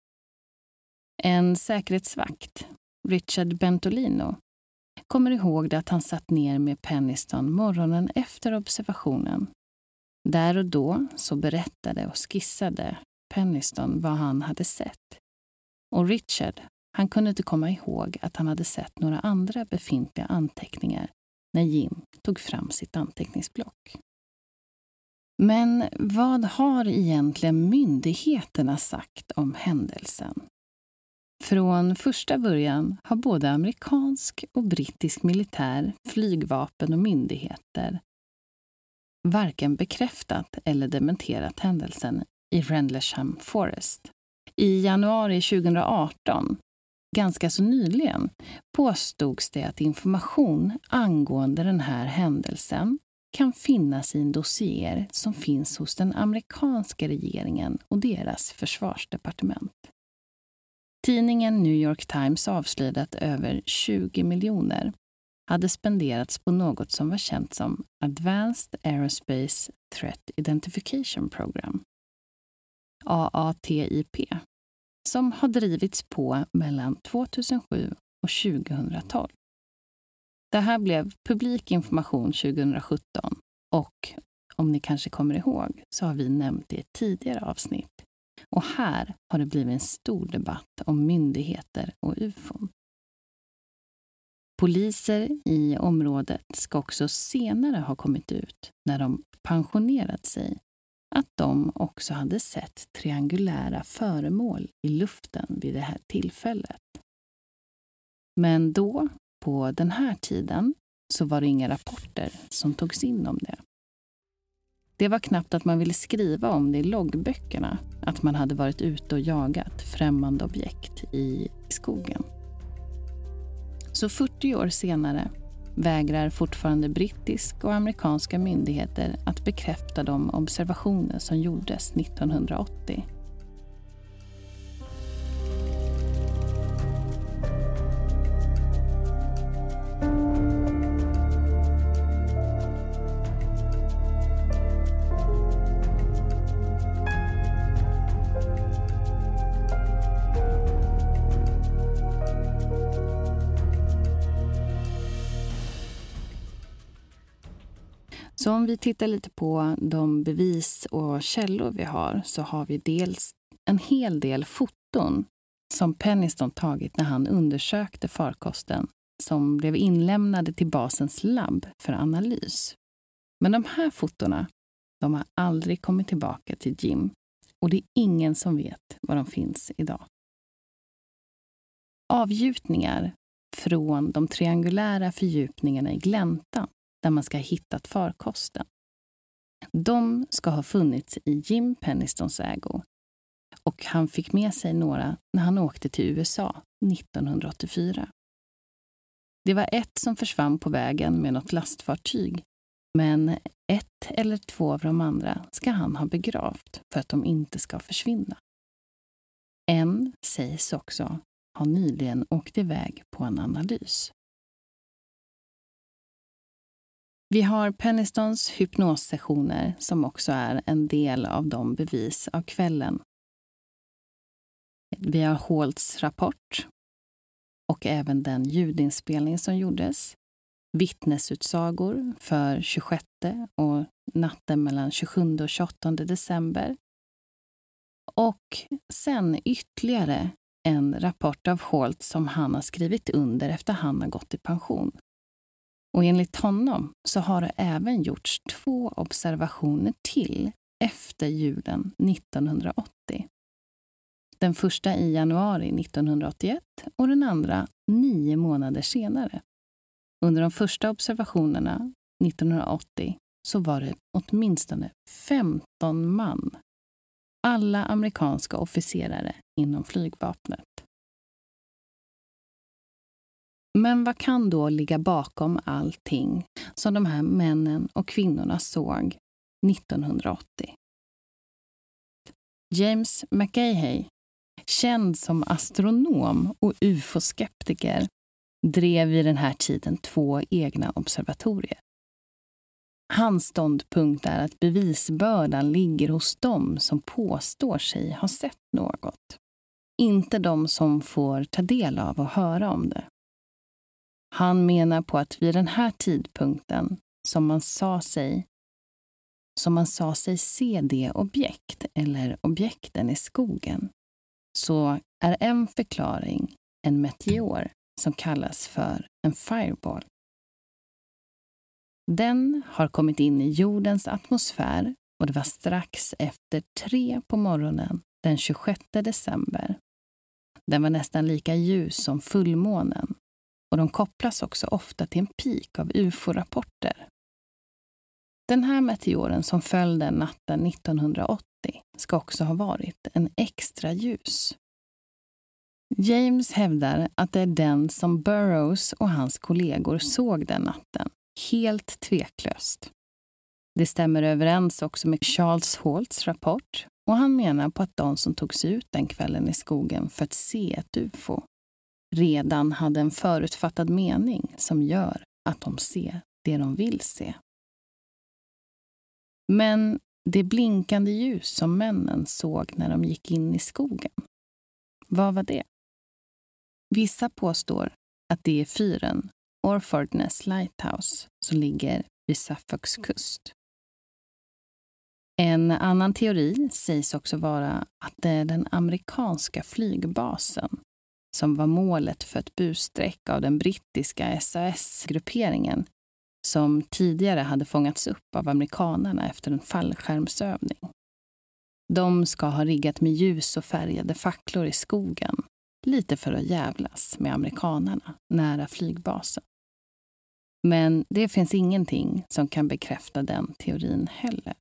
En säkerhetsvakt, Richard Bentolino, kommer ihåg att han satt ner med Penniston morgonen efter observationen. Där och då så berättade och skissade Penniston vad han hade sett. Och Richard, han kunde inte komma ihåg att han hade sett några andra befintliga anteckningar när Jim tog fram sitt anteckningsblock. Men vad har egentligen myndigheterna sagt om händelsen? Från första början har både amerikansk och brittisk militär, flygvapen och myndigheter varken bekräftat eller dementerat händelsen i Rendlesham Forest. I januari 2018, ganska så nyligen, påstods det att information angående den här händelsen kan finnas i en dossier som finns hos den amerikanska regeringen och deras försvarsdepartement. Tidningen New York Times avslöjade att över 20 miljoner hade spenderats på något som var känt som Advanced Aerospace Threat Identification Program, AATIP, som har drivits på mellan 2007 och 2012. Det här blev publik information 2017 och om ni kanske kommer ihåg så har vi nämnt det i ett tidigare avsnitt. Och här har det blivit en stor debatt om myndigheter och UFO. Poliser i området ska också senare ha kommit ut när de pensionerat sig att de också hade sett triangulära föremål i luften vid det här tillfället. Men då, på den här tiden, så var det inga rapporter som togs in om det. Det var knappt att man ville skriva om det i loggböckerna, att man hade varit ute och jagat främmande objekt i skogen. Så 40 år senare vägrar fortfarande brittiska och amerikanska myndigheter att bekräfta de observationer som gjordes 1980. Så om vi tittar lite på de bevis och källor vi har så har vi dels en hel del foton som Penniston tagit när han undersökte farkosten som blev inlämnade till basens labb för analys. Men de här fotona, de har aldrig kommit tillbaka till Jim och det är ingen som vet var de finns idag. Avgjutningar från de triangulära fördjupningarna i gläntan där man ska ha hittat farkosten. De ska ha funnits i Jim Pennistons ägo och han fick med sig några när han åkte till USA 1984. Det var ett som försvann på vägen med något lastfartyg, men ett eller två av de andra ska han ha begravt för att de inte ska försvinna. En sägs också ha nyligen åkt iväg på en analys. Vi har Pennistons hypnossessioner som också är en del av de bevis av kvällen. Vi har Halts rapport och även den ljudinspelning som gjordes. Vittnesutsagor för 26 och natten mellan 27 och 28 december. Och sen ytterligare en rapport av Halt som han har skrivit under efter han har gått i pension. Och enligt honom så har det även gjorts 2 observationer till efter julen 1980. Den första i januari 1981 och den andra 9 månader senare. Under de första observationerna 1980 så var det åtminstone 15 man. Alla amerikanska officerare inom flygvapnet. Men vad kan då ligga bakom allting som de här männen och kvinnorna såg 1980? James McGahey, känd som astronom och ufo-skeptiker, drev vid den här tiden 2 egna observatorier. Hans ståndpunkt är att bevisbördan ligger hos dem som påstår sig ha sett något. Inte de som får ta del av och höra om det. Han menar på att vid den här tidpunkten som man sa sig se det objekt eller objekten i skogen, så är en förklaring en meteor som kallas för en fireball. Den har kommit in i jordens atmosfär och det var strax efter 3 på morgonen den 26 december. Den var nästan lika ljus som fullmånen och de kopplas också ofta till en peak av UFO-rapporter. Den här meteoren som föll den natten 1980 ska också ha varit en extra ljus. James hävdar att det är den som Burroughs och hans kollegor såg den natten, helt tveklöst. Det stämmer överens också med Charles Halts rapport Och han menar på att de som tog sig ut den kvällen i skogen för att se ett UFO redan hade en förutfattad mening som gör att de ser det de vill se. Men det blinkande ljus som männen såg när de gick in i skogen, vad var det? Vissa påstår att det är fyren Orfordness Lighthouse som ligger vid Suffolks kust. En annan teori sägs också vara att det är den amerikanska flygbasen som var målet för ett busstreck av den brittiska SAS-grupperingen som tidigare hade fångats upp av amerikanerna efter en fallskärmsövning. De ska ha riggat med ljus och färgade facklor i skogen, lite för att jävlas med amerikanerna nära flygbasen. Men det finns ingenting som kan bekräfta den teorin heller.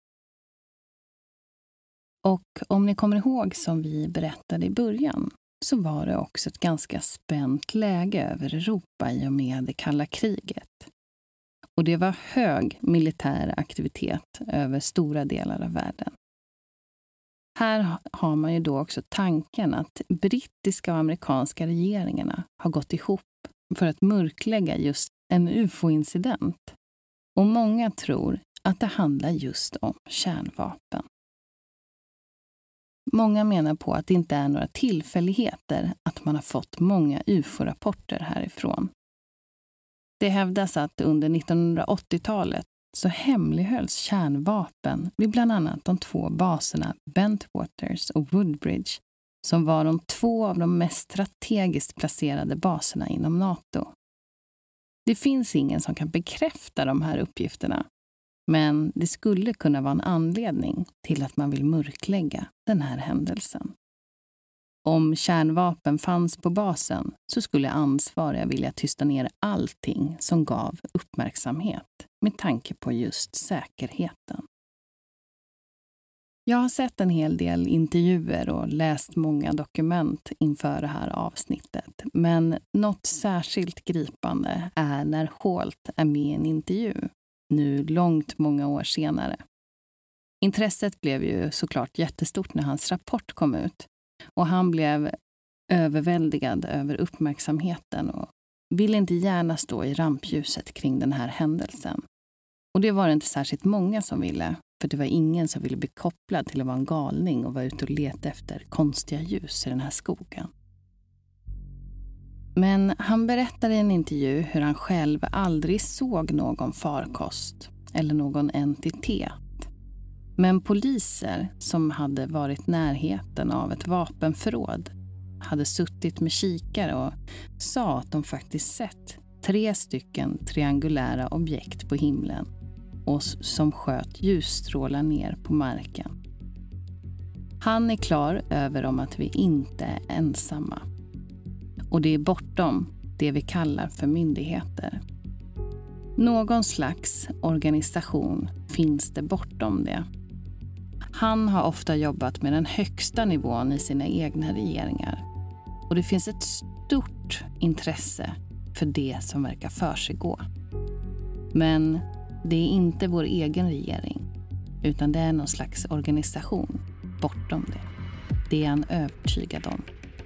Och om ni kommer ihåg som vi berättade i början så var det också ett ganska spänt läge över Europa i och med det kalla kriget. Och det var hög militär aktivitet över stora delar av världen. Här har man ju då också tanken att brittiska och amerikanska regeringarna har gått ihop för att mörklägga just en UFO-incident. Och många tror att det handlar just om kärnvapen. Många menar på att det inte är några tillfälligheter att man har fått många UFO-rapporter härifrån. Det hävdas att under 1980-talet så hemlighölls kärnvapen vid bland annat de 2 baserna Bentwaters och Woodbridge som var de 2 av de mest strategiskt placerade baserna inom NATO. Det finns ingen som kan bekräfta de här uppgifterna, men det skulle kunna vara en anledning till att man vill mörklägga den här händelsen. Om kärnvapen fanns på basen så skulle ansvariga vilja tysta ner allting som gav uppmärksamhet med tanke på just säkerheten. Jag har sett en hel del intervjuer och läst många dokument inför det här avsnittet. Men något särskilt gripande är när Holt är med i en intervju, nu långt många år senare. Intresset blev ju såklart jättestort när hans rapport kom ut. Och han blev överväldigad över uppmärksamheten och ville inte gärna stå i rampljuset kring den här händelsen. Och det var inte särskilt många som ville, för det var ingen som ville bli kopplad till att vara en galning och vara ute och leta efter konstiga ljus i den här skogen. Men han berättade i en intervju hur han själv aldrig såg någon farkost eller någon entitet. Men poliser som hade varit närheten av ett vapenförråd hade suttit med kikare och sa att de faktiskt sett 3 triangulära objekt på himlen och som sköt ljusstrålar ner på marken. Han är klar över om att vi inte är ensamma. Och det är bortom det vi kallar för myndigheter. Någon slags organisation finns det bortom det. Han har ofta jobbat med den högsta nivån i sina egna regeringar. Och det finns ett stort intresse för det som verkar försiggå. Men det är inte vår egen regering, utan det är någon slags organisation bortom det. Det är han övertygad om.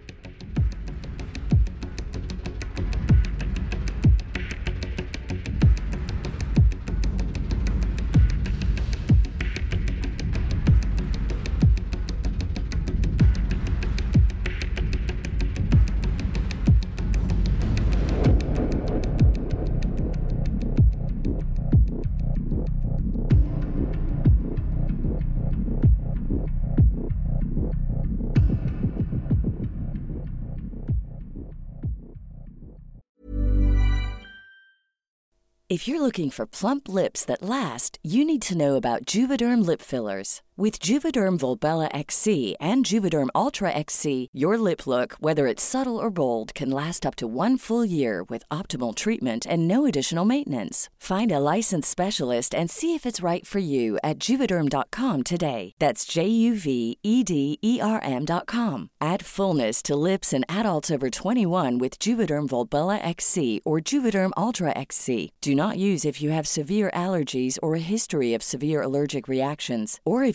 If you're looking for plump lips that last, you need to know about Juvederm lip fillers. With Juvederm Volbella XC and Juvederm Ultra XC, your lip look, whether it's subtle or bold, can last up to 1 full year with optimal treatment and no additional maintenance. Find a licensed specialist and see if it's right for you at Juvederm.com today. That's JUVEDERM.com. Add fullness to lips in adults over 21 with Juvederm Volbella XC or Juvederm Ultra XC. Do not use if you have severe allergies or a history of severe allergic reactions, or if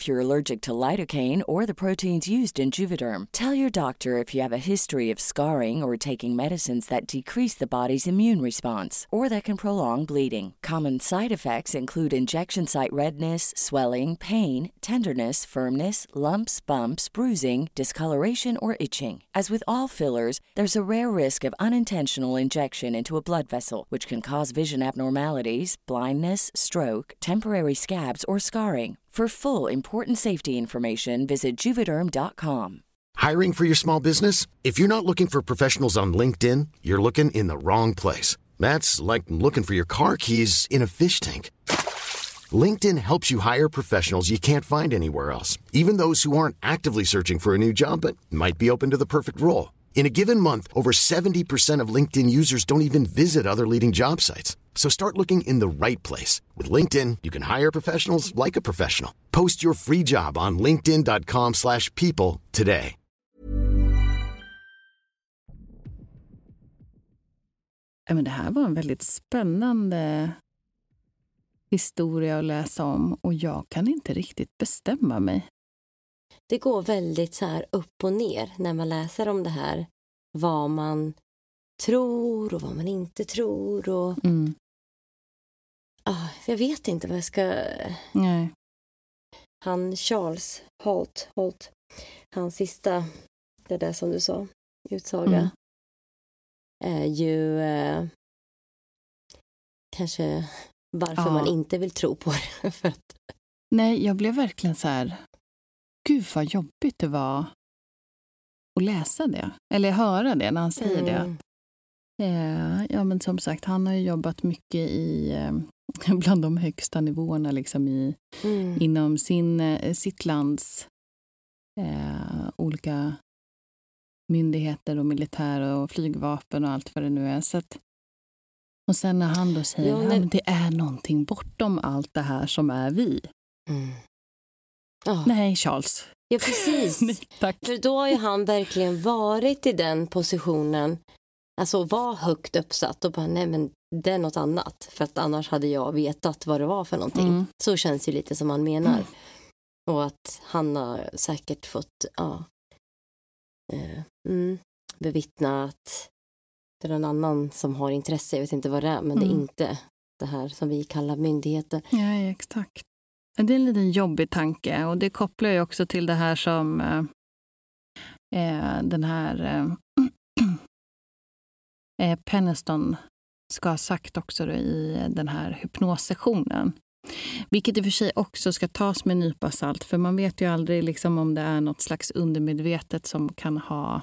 you're allergic to lidocaine or the proteins used in Juvederm. Tell your doctor if you have a history of scarring or taking medicines that decrease the body's immune response or that can prolong bleeding. Common side effects include injection site redness, swelling, pain, tenderness, firmness, lumps, bumps, bruising, discoloration, or itching. As with all fillers, there's a rare risk of unintentional injection into a blood vessel, which can cause vision abnormalities, blindness, stroke, temporary scabs, or scarring. For full important safety information, visit Juvederm.com. Hiring for your small business? If you're not looking for professionals on LinkedIn, you're looking in the wrong place. That's like looking for your car keys in a fish tank. LinkedIn helps you hire professionals you can't find anywhere else, even those who aren't actively searching for a new job but might be open to the perfect role. In a given month, over 70% of LinkedIn users don't even visit other leading job sites. So start looking in the right place. With LinkedIn, you can hire professionals like a professional. Post your free job on linkedin.com/people today. Men det här var en väldigt spännande historia att läsa om och jag kan inte riktigt bestämma mig. Det går väldigt så här upp och ner när man läser om det här. Vad man tror och vad man inte tror. Och... jag vet inte vad jag ska... Nej. Han Charles Holt, hans sista, det där som du sa, utsaga, är ju kanske varför man inte vill tro på det. För att... Nej, jag blev verkligen så här... Gud vad jobbigt det var att läsa det. Eller höra det när han säger det. Ja, men som sagt, han har ju jobbat mycket i bland de högsta nivåerna liksom inom sitt lands olika myndigheter och militär och flygvapen och allt vad det nu är. Så att, och sen när han då säger men det är någonting bortom allt det här som är vi. Nej, Charles. Ja, precis. Nej, tack. För då har ju han verkligen varit i den positionen, alltså var högt uppsatt och bara, nej men det är något annat. För att annars hade jag vetat vad det var för någonting. Så känns det lite som han menar. Och att han har säkert fått bevittna att det är en annan som har intresse. Jag vet inte vad det är, men det är inte det här som vi kallar myndigheter. Ja, exakt. Det är en liten jobbig tanke och det kopplar ju också till det här som den här Penniston ska ha sagt också då i den här hypnossessionen. Vilket i och för sig också ska tas med en nypa salt, för man vet ju aldrig liksom om det är något slags undermedvetet som kan ha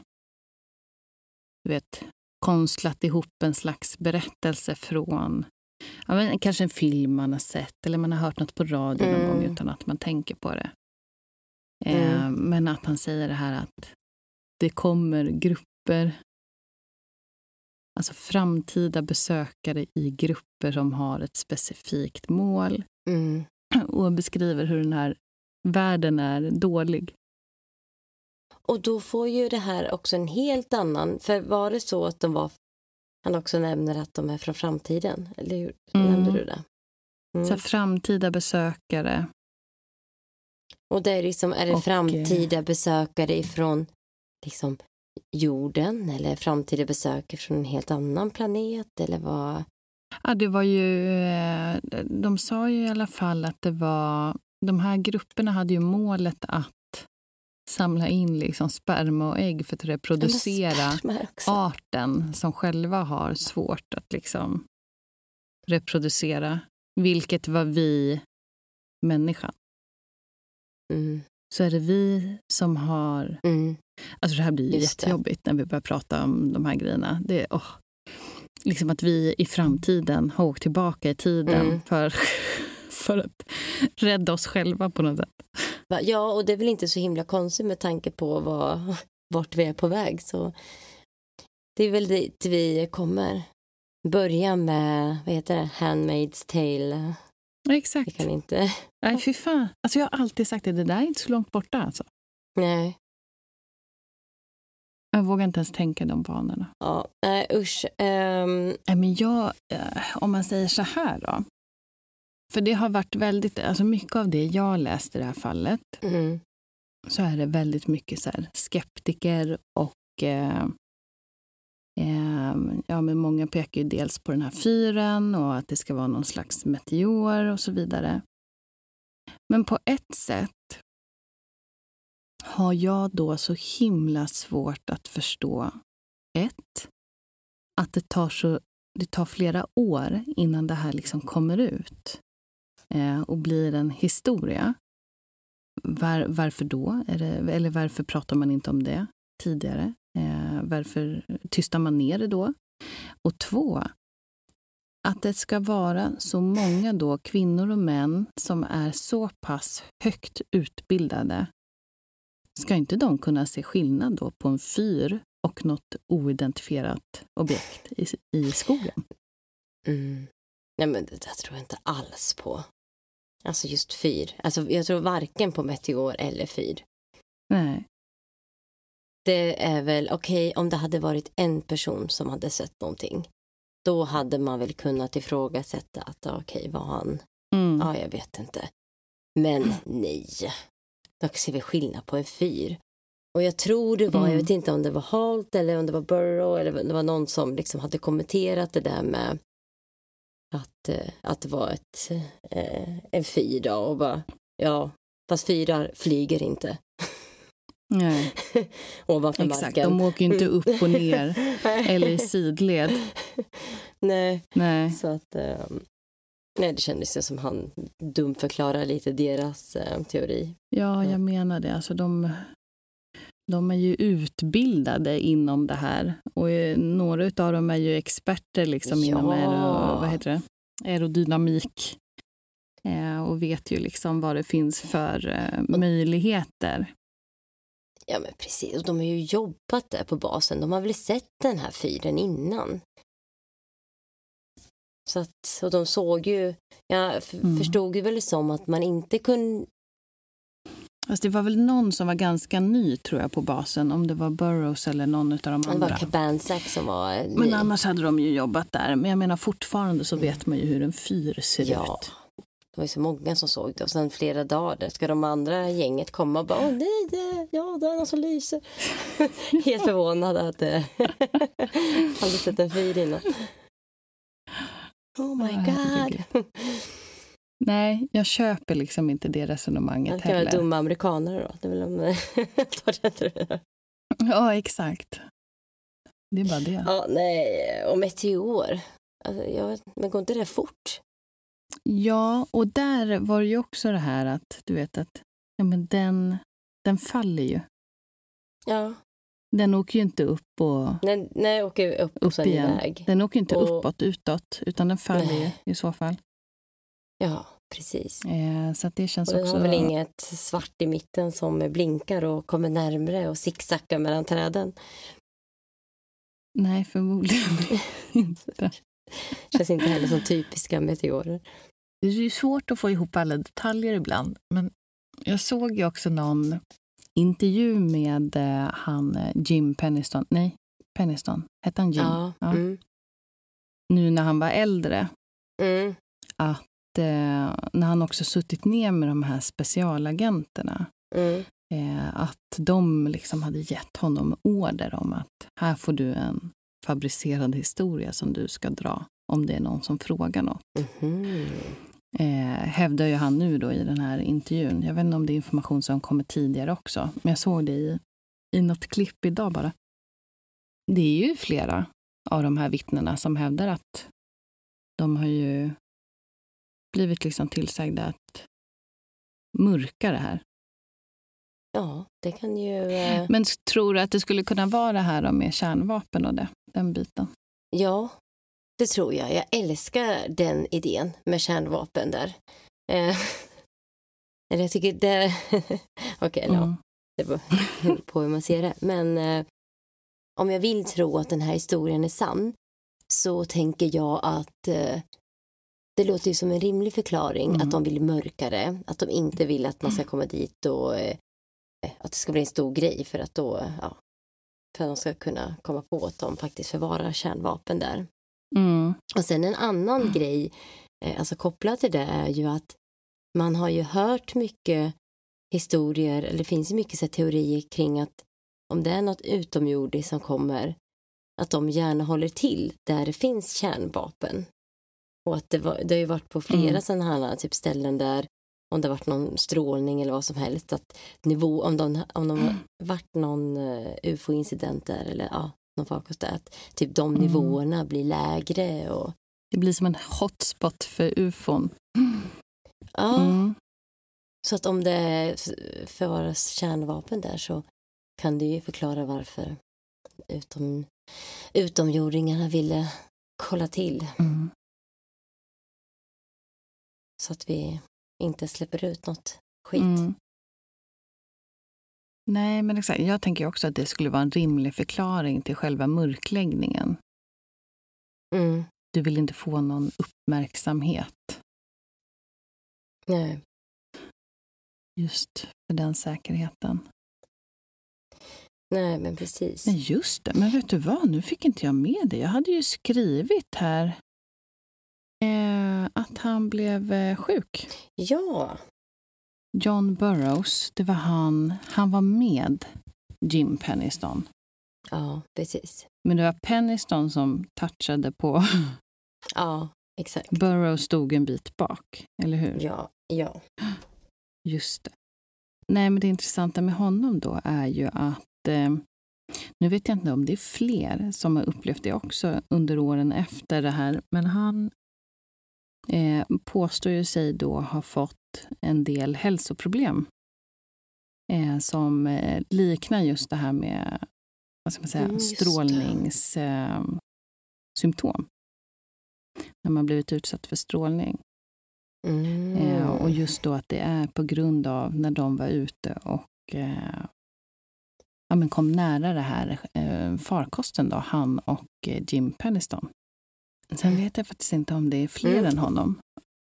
konstlat ihop en slags berättelse från kanske en film man har sett eller man har hört något på radio någon gång utan att man tänker på det. Men att han säger det här att det kommer grupper, alltså framtida besökare i grupper som har ett specifikt mål och beskriver hur den här världen är dålig. Och då får ju det här också en helt annan, för var det så att han också nämner att de är från framtiden, eller hur nämnde du det? Så framtida besökare. Och det är liksom, är det framtida besökare ifrån liksom jorden eller framtida besökare från en helt annan planet eller vad? Ja, det var ju, de sa ju i alla fall att det var, de här grupperna hade ju målet att samla in liksom sperma och ägg för att reproducera arten som själva har svårt att liksom reproducera, vilket var vi människan. Så är det vi som har alltså det här blir jättejobbigt när vi börjar prata om de här grejerna. Det är liksom att vi i framtiden har åkt tillbaka i tiden för att rädda oss själva på något sätt. Ja, och det är väl inte så himla konstigt med tanke på vart vi är på väg. Så det är väl dit vi kommer. Börja med, vad heter det? Handmaid's Tale. Exakt. Vi kan inte... Nej, fy fan. Alltså jag har alltid sagt att det där är inte så långt borta alltså. Nej. Jag vågar inte ens tänka de banorna. Ja, usch. Men jag, om man säger så här då. för det har varit väldigt, alltså mycket av det jag läste i det här fallet, så är det väldigt mycket så här skeptiker och ja, men många pekar ju dels på den här fyren och att det ska vara någon slags meteor och så vidare. Men på ett sätt har jag då så himla svårt att förstå att det tar flera år innan det här liksom kommer ut och blir en historia. Varför då? Eller varför pratar man inte om det tidigare? Varför tystar man ner det då? Och 2, att det ska vara så många då kvinnor och män som är så pass högt utbildade. Ska inte de kunna se skillnad då på en fyr och något oidentifierat objekt i skogen? Nej, men det tror jag inte alls på. Alltså just fyr. Alltså jag tror varken på meteor eller fyr. Nej. Det är väl okej, om det hade varit en person som hade sett någonting. Då hade man väl kunnat ifrågasätta att okej, var han? Ja, jag vet inte. Men nej. Då ser vi skillnad på en fyr. Och jag tror det var, jag vet inte om det var Halt eller om det var Burrow eller det var någon som liksom hade kommenterat det där med att det var en fyr då och bara, ja, fast fyrar flyger inte. Nej. Ovanför exakt, marken. de åker inte upp och ner eller i sidled. Nej. Så att nej, det kändes ju som han dumförklarar lite deras teori. Ja, jag menar det. Alltså de är ju utbildade inom det här. Och några av dem är ju experter liksom inom aerodynamik. Och vet ju liksom vad det finns för möjligheter. Ja, men precis. Och de har ju jobbat där på basen. De har väl sett den här fyren innan. Så att, och de såg ju, jag förstod ju väl som att man inte kunde. Alltså det var väl någon som var ganska ny tror jag på basen, om det var Burrows eller någon av de andra. Det var Cabansack som var ny. Men annars hade de ju jobbat där. Men jag menar fortfarande så vet man ju hur en fyr ser ut. Det var ju så många som såg det och sen flera dagar ska de andra gänget komma och bara, nej, det är någon som lyser. Helt förvånad att hade sett en fyr innan. Oh my god. Nej, jag köper liksom inte det resonemanget heller. Det kan vara dumma amerikaner då. Det är väl om Ja, exakt. Det är bara det. Ja, nej. Och meteor. Alltså, men går inte det fort? Ja, och där var det ju också det här att du vet att ja, men den faller ju. Ja. Den åker ju inte upp och nej åker upp och sen igen. Iväg. Den åker inte uppåt, utåt, utan den faller ju i så fall. Ja, precis. Så att det känns och den också. Har väl inget svart i mitten som blinkar och kommer närmare och zigzaggar mellan träden. Nej, förmodligen inte. Känns inte heller som typiska meteorer. Det är ju svårt att få ihop alla detaljer ibland. Men jag såg ju också någon intervju med han Jim Penniston. Nej, Penniston. Hette han Jim? Ja. Nu när han var äldre. Att när han också suttit ner med de här specialagenterna. Att de liksom hade gett honom order om att här får du en fabricerad historia som du ska dra om det är någon som frågar något. Hävdar ju han nu då i den här intervjun. Jag vet inte om det är information som kommer tidigare också. Men jag såg det i något klipp idag bara. Det är ju flera av de här vittnena som hävdar att de har ju blivit liksom tillsagda att mörka det här. Ja, det kan ju. Men tror du att det skulle kunna vara det här med kärnvapen och den biten? Ja, det tror jag. Jag älskar den idén med kärnvapen där. Eller jag tycker det. Okej, det beror på hur man ser det. Men om jag vill tro att den här historien är sann så tänker jag att det låter ju som en rimlig förklaring att de vill mörka det. Att de inte vill att man ska komma dit och att det ska bli en stor grej för att då, för att de ska kunna komma på att de faktiskt förvarar kärnvapen där. Och sen en annan grej alltså kopplat till det är ju att man har ju hört mycket historier, eller det finns ju mycket så här teorier kring att om det är något utomjordiskt som kommer, att de gärna håller till där det finns kärnvapen. Och att det har ju varit på flera sådana här typ ställen där om det har varit någon strålning eller vad som helst, att nivå, om de har varit någon UFO-incident där eller någon farkost där, att typ de nivåerna blir lägre. Och det blir som en hotspot för UFOn. Ja, så att om det förvaras kärnvapen där så kan det ju förklara varför utomjordingarna ville kolla till. Så att vi inte släpper ut något skit. Nej, men exakt. Jag tänker också att det skulle vara en rimlig förklaring till själva mörkläggningen. Du vill inte få någon uppmärksamhet. Nej. Just för den säkerheten. Nej, men precis. Nej, just det. Men vet du vad? Nu fick inte jag med det. Jag hade ju skrivit här att han blev sjuk. Ja. John Burroughs, det var han. Han var med Jim Penniston. Ja, precis. Men det var Penniston som touchade på. Ja, exakt. Burroughs stod en bit bak, eller hur? Ja. Just det. Nej, men det intressanta med honom då är ju att nu vet jag inte om det är fler som har upplevt det också under åren efter det här. Men han påstår ju sig då ha fått en del hälsoproblem som liknar just det här med, vad ska man säga, strålningssymptom. När man blivit utsatt för strålning. Och just då att det är på grund av när de var ute och kom nära det här farkosten då, han och Jim Penniston. Sen vet jag faktiskt inte om det är fler än honom.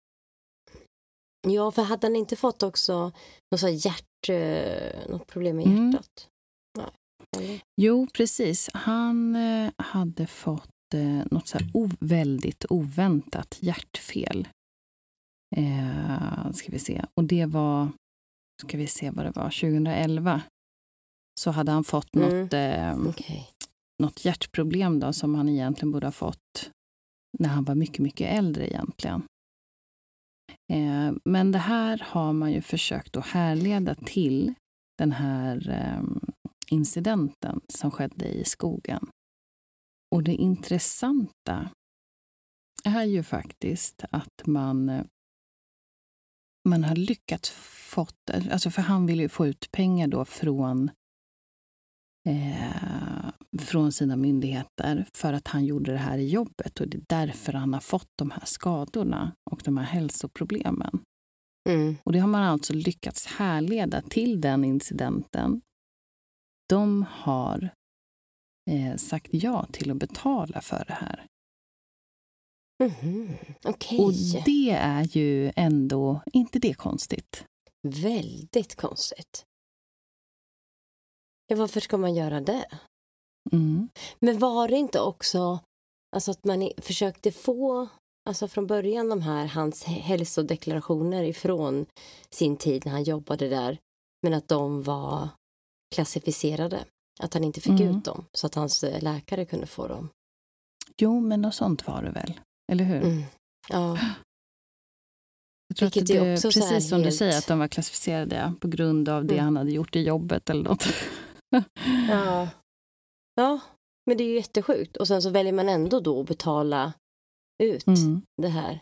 Ja, för hade han inte fått också något problem med hjärtat? Nej. Jo, precis. Han hade fått något så här väldigt oväntat hjärtfel. Ska vi se. Och det var, ska vi se vad det var, 2011. Så hade han fått något hjärtproblem då, som han egentligen borde ha fått när han var mycket, mycket äldre egentligen. Men det här har man ju försökt att härleda till den här incidenten som skedde i skogen. Och det intressanta är ju faktiskt att man har lyckats fått, alltså för han vill ju få ut pengar då från sina myndigheter för att han gjorde det här i jobbet, och det är därför han har fått de här skadorna och de här hälsoproblemen. Och det har man alltså lyckats härleda till den incidenten. De har sagt ja till att betala för det här. Okay. Och det är ju ändå inte det konstigt. Väldigt konstigt. Ja, varför ska man göra det? Men var det inte också alltså att man försökte få alltså från början de här hans hälsodeklarationer ifrån sin tid när han jobbade där, men att de var klassificerade, att han inte fick ut dem så att hans läkare kunde få dem? Jo, men något sånt var det väl, eller hur? Ja. Jag tror att det är också precis som du säger, att de var klassificerade på grund av det han hade gjort i jobbet eller något. Ja, men det är ju jättesjukt. Och sen så väljer man ändå då att betala ut det här.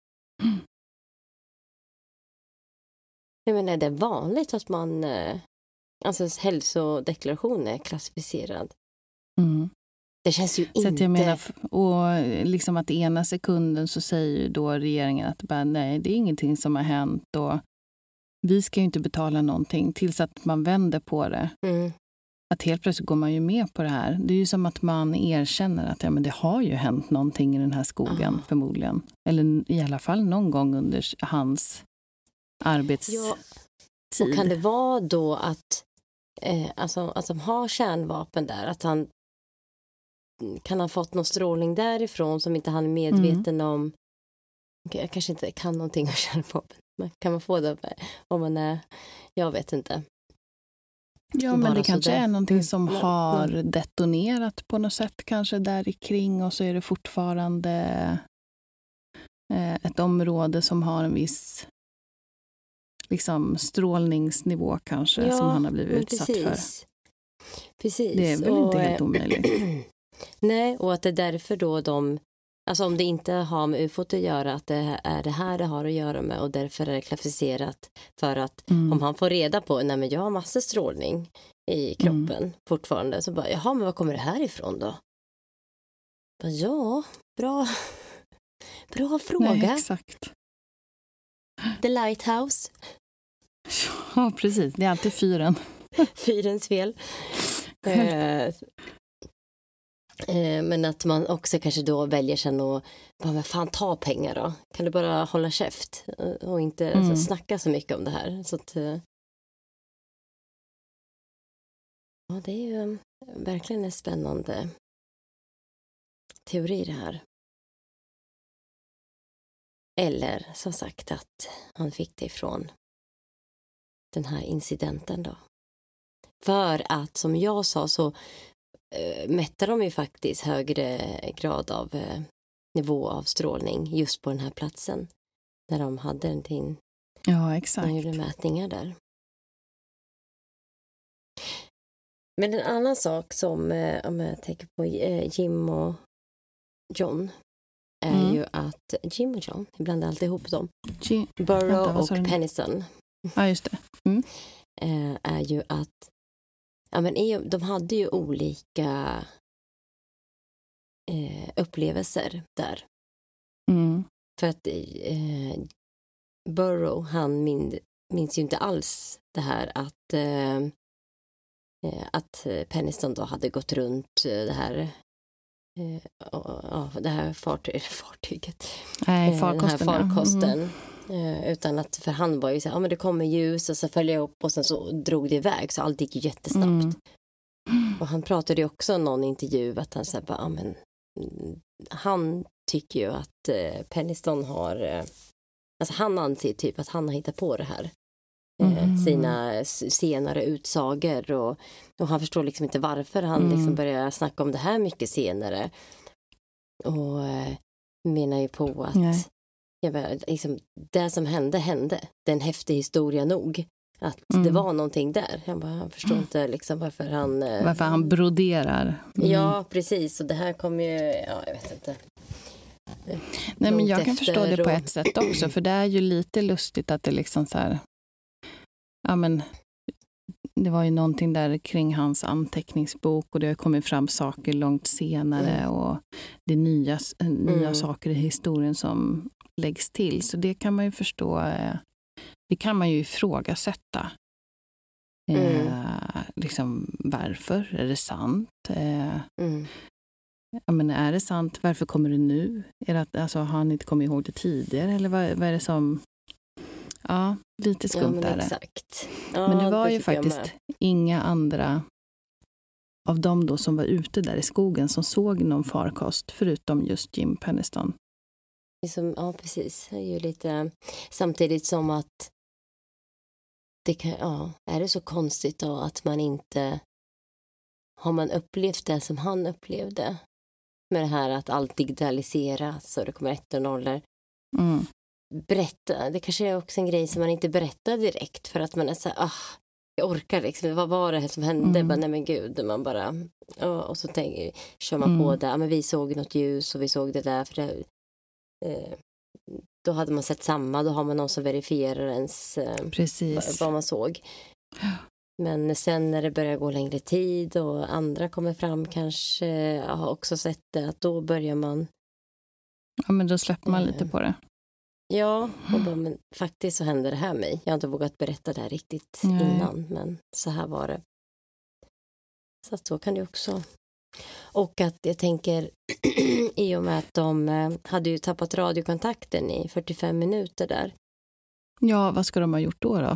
Jag menar, det är vanligt att man alltså hälsodeklaration är klassificerad. Det känns ju inte... Så jag menar, och liksom att ena sekunden så säger ju då regeringen att bara, nej, det är ingenting som har hänt och vi ska ju inte betala någonting, tills att man vänder på det. Att helt plötsligt går man ju med på det här. Det är ju som att man erkänner att men det har ju hänt någonting i den här skogen förmodligen. Eller i alla fall någon gång under hans arbetstid. Ja. Och kan det vara då att att de har kärnvapen där, att han kan ha fått någon strålning därifrån som inte han är medveten om, Jag kanske inte kan någonting om kärnvapen. Kan man få det om man är... Jag vet inte. Ja, men det kanske är någonting som Nej. har detonerat på något sätt kanske där i kring, och så är det fortfarande ett område som har en viss liksom strålningsnivå kanske, som han har blivit utsatt för. Precis. Det är väl inte helt omöjligt. Nej, och att det är därför då alltså om det inte har med UFOt att göra, att det är det här det har att göra med, och därför är det klassificerat för att om han får reda på, nej men jag har massor strålning i kroppen fortfarande, så bara, jaha, men var kommer det här ifrån då? Bara, ja, bra fråga. Nej, exakt. The Lighthouse. Ja, precis. Det är alltid fyren. Fyrens fel. Men att man också kanske då väljer sen och bara, men fan, ta pengar då. Kan du bara hålla käft och inte så snacka så mycket om det här. Så att, ja, det är ju verkligen en spännande teori det här. Eller som sagt att han fick det ifrån den här incidenten då. För att, som jag sa, så mätte de ju faktiskt högre grad av nivå av strålning just på den här platsen. När de hade en tin. Ja, exakt. De gjorde mätningar där. Men en annan sak som, om jag tänker på Jim och John, är ju att Jim och John, ibland alltid ihop dem. Burrow och Penniston. Ja, just det. Är ju att de hade ju olika upplevelser där. För att Burrow, han minns ju inte alls det här att Penniston då hade gått runt det här fartyget. Nej, den här farkosten. Utan att, för han var ju så här, men det kommer ljus och så följer jag upp och sen så drog det iväg, så allt gick ju jättesnabbt. Och han pratade ju också i någon intervju att han så här, bara, men han tycker ju att Penniston har, alltså han anser typ att han har hittat på det här. Sina senare utsagor, och han förstår liksom inte varför han liksom börjar snacka om det här mycket senare, och menar ju på att liksom, det som hände, det är en häftig historia nog, att det var någonting där. Han förstår inte liksom varför han broderar. Ja, precis, och det här kommer ju, ja, jag vet inte. Nej, men jag kan förstå det på ett sätt också, för det är ju lite lustigt att det liksom så här, ja, men det var ju någonting där kring hans anteckningsbok, och det har kommit fram saker långt senare, och det är nya saker i historien som läggs till. Så det kan man ju förstå, det kan man ju ifrågasätta. Liksom, varför? Är det sant? Ja, men är det sant? Varför kommer det nu? Är det att, alltså, har han inte kommit ihåg det tidigare? Eller vad är det som... Ja, lite skumt är det. Exakt. Ja, men det var ju faktiskt inga andra av dem då som var ute där i skogen som såg någon farkost förutom just Jim Penniston. Ja, precis. Det är ju lite samtidigt som att det kan, är det så konstigt då att man inte har man upplevt det som han upplevde med det här att allt digitaliseras och det kommer 1 och 0. Berätta, det kanske är också en grej som man inte berättar direkt för att man är så här, jag orkar liksom, vad var det här som hände? Bara, nej men gud, man bara, och så kör man på det, men vi såg något ljus och vi såg det där, för det, då hade man sett samma, då har man någon som verifierar ens vad man såg. Men sen när det börjar gå längre tid och andra kommer fram kanske har också sett det, att då börjar man... Ja, men då släpper man lite på det. Ja, och bara, men faktiskt så hände det här mig. Jag har inte vågat berätta det här riktigt innan, men så här var det. Så att så kan det också. Och att jag tänker, i och med att de hade ju tappat radiokontakten i 45 minuter där. Ja, vad ska de ha gjort då?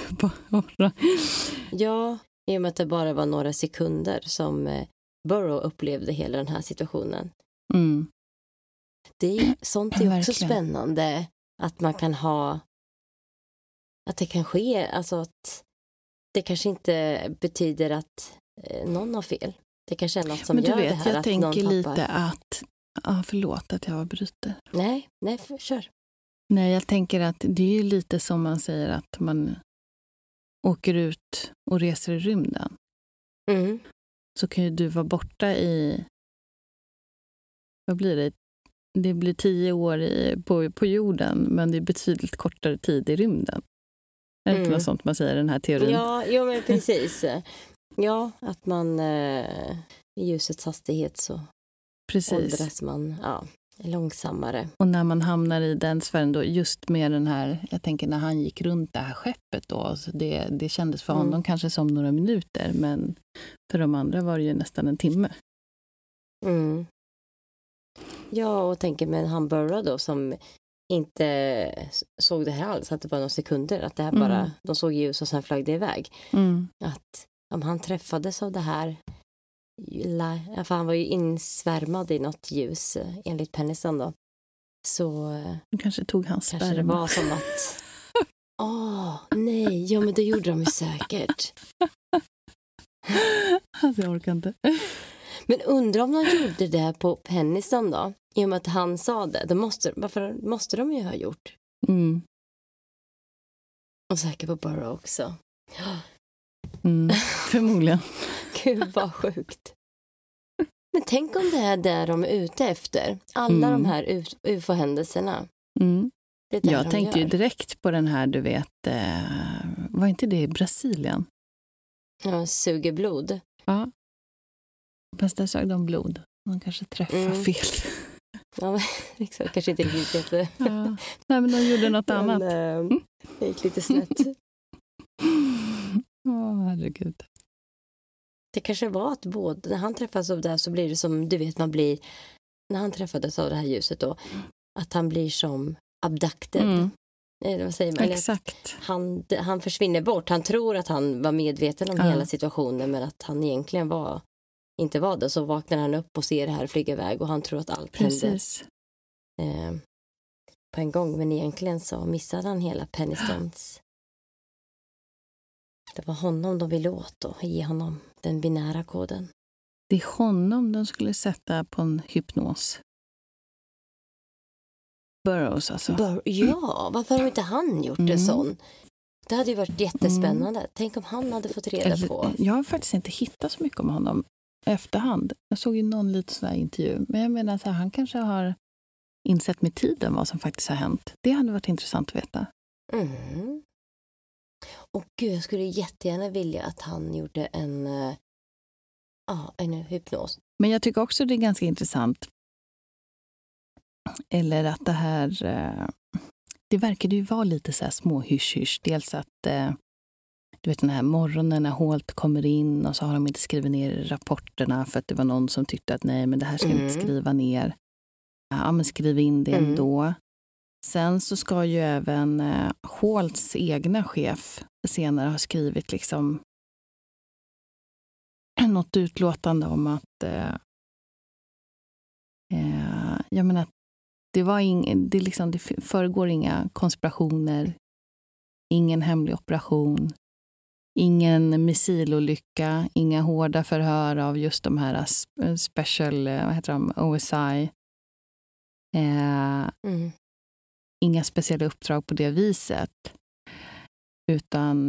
Ja, i och med att det bara var några sekunder som Burrow upplevde hela den här situationen. Sånt är också spännande. Att man kan ha... Att det kan ske. Alltså att det kanske inte betyder att någon har fel. Det kanske är något som gör det här. Jag att tänker någon tappar. lite att... förlåt att jag avbryter. Nej, kör. Nej, jag tänker att det är ju lite som man säger att man åker ut och reser i rymden. Mm. Så kan ju du vara borta i... Vad blir det? Det blir 10 år på jorden, men det är betydligt kortare tid i rymden. Är det inte något sånt man säger i den här teorin? Ja, men precis. Ja, att man i ljusets hastighet så åldras man långsammare. Och när man hamnar i den sfären då, just med den här, jag tänker när han gick runt det här skeppet då, så det kändes för honom kanske som några minuter, men för de andra var det ju nästan en timme. Mm. Ja, och tänker med han Burrow då som inte såg det här alls, att det var några sekunder, att det här bara, de såg ljus och sen flög det iväg. Att om han träffades av det här, för han var ju insvärmad i något ljus enligt Pennison då, så kanske tog hans kanske det var som att nej, men det gjorde de ju säkert. Alltså jag orkar inte. Men undrar om de gjorde det på Pennison då, i och med att han sa det. Varför måste de ju ha gjort? Och säkert på Burrow också. Förmodligen. Gud, vad sjukt. Men tänk om det är där de är ute efter. Alla de här UFO-händelserna. Jag tänkte ju direkt på den här, du vet, var inte det i Brasilien? Ja, suger blod. Ja. Fast där sög de blod. De kanske träffade fel. Ja, men liksom, kanske inte riktigt. Nej, men de gjorde något annat. Det gick lite snett. Herregud. Det kanske var att både när han träffas av det så blir det som, du vet, man blir, när han träffades av det här ljuset då, att han blir som abducted. Vad säger man? Exakt. Han försvinner bort. Han tror att han var medveten om hela situationen, men att han egentligen inte var det. Så vaknar han upp och ser det här flyga iväg och han tror att allt hände på en gång. Men egentligen så missade han hela Pennistons. Det var honom de ville åt och ge honom den binära koden. Det är honom de skulle sätta på en hypnos. Burroughs alltså. Ja, varför har inte han gjort det sån? Det hade ju varit jättespännande. Tänk om han hade fått reda på. Jag har faktiskt inte hittat så mycket om honom efterhand. Jag såg ju någon lite sån här intervju. Men jag menar så här, han kanske har insett med tiden vad som faktiskt har hänt. Det hade varit intressant att veta. Och gud, jag skulle jättegärna vilja att han gjorde en hypnos. Men jag tycker också det är ganska intressant. Eller att det här... Det verkade ju vara lite så här små hysch-hysch. Dels att du vet den här morgonen när Holt kommer in och så har de inte skrivit ner rapporterna för att det var någon som tyckte att nej, men det här ska vi inte skriva ner. Ja, men skriv in det ändå. Sen så ska ju även Holts egna chef senare ha skrivit liksom något utlåtande om att jag menar det föregår inga konspirationer, ingen hemlig operation, ingen missilolycka, inga hårda förhör av just de här special, OSI. Inga speciella uppdrag på det viset. Utan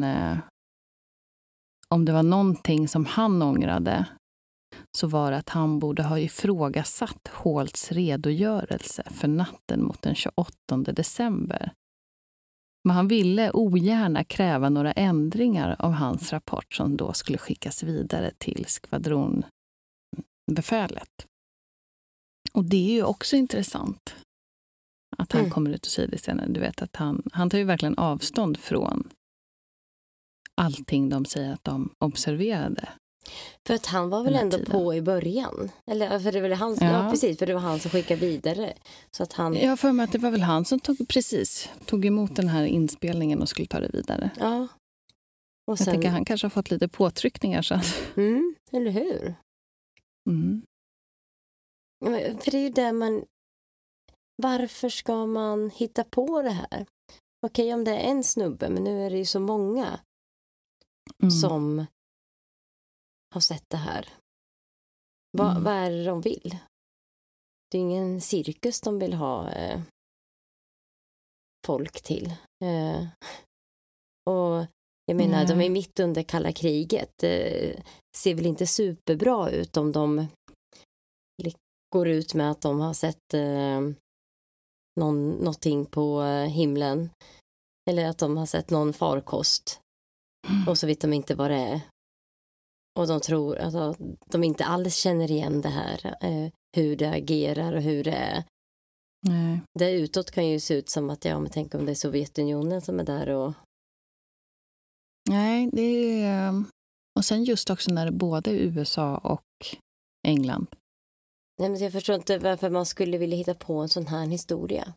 om det var någonting som han ångrade så var det att han borde ha ifrågasatt Holts redogörelse för natten mot den 28 december. Men han ville ogärna kräva några ändringar av hans rapport som då skulle skickas vidare till skvadronbefälet. Och det är ju också intressant att han kommer ut och säger det senare. Du vet att han tar ju verkligen avstånd från allting de säger att de observerade. För att han var väl ändå på i början? Eller för det var han, precis, för det var han som skickade vidare. Så att han... Jag för mig att det var väl han som tog emot den här inspelningen och skulle ta det vidare. Ja. Och sen... Jag tänker han kanske har fått lite påtryckningar så att... eller hur? För det är ju där man... varför ska man hitta på det här? Okej, om det är en snubbe, men nu är det ju så många som har sett det här. Vad är det de vill? Det är ingen cirkus de vill ha folk till. Och jag menar, de är mitt under kalla kriget. Ser väl inte superbra ut om de går ut med att de har sett någonting på himlen. Eller att de har sett någon farkost. Och så vet de inte vad det är. Och de tror att de inte alls känner igen det här. Hur det agerar och hur det är. Nej. Det utåt kan ju se ut som att, men tänk om det är Sovjetunionen som är där och... Nej, det är... Och sen just också när det både är USA och England. Nej, men jag förstår inte varför man skulle vilja hitta på en sån här historia.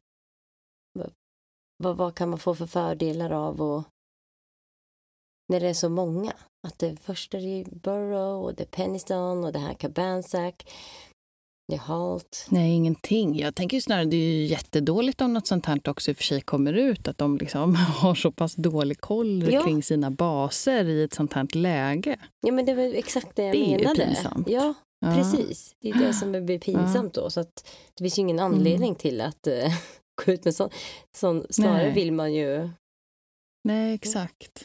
Vad kan man få för fördelar av och när det är så många? Att det första är Burrow och det är Peniston och det här Cabansac. Det är Halt. Nej, ingenting. Jag tänker ju snarare, det är ju jättedåligt om något sånt här också i och för sig kommer ut. Att de liksom har så pass dålig koll kring sina baser i ett sånt här läge. Ja, men det var exakt det jag menade. Det är pinsamt. Ja, precis. Det är det som blir pinsamt då. Så att det finns ju ingen anledning till att gå ut med sån. Snarare vill man ju... Nej, exakt.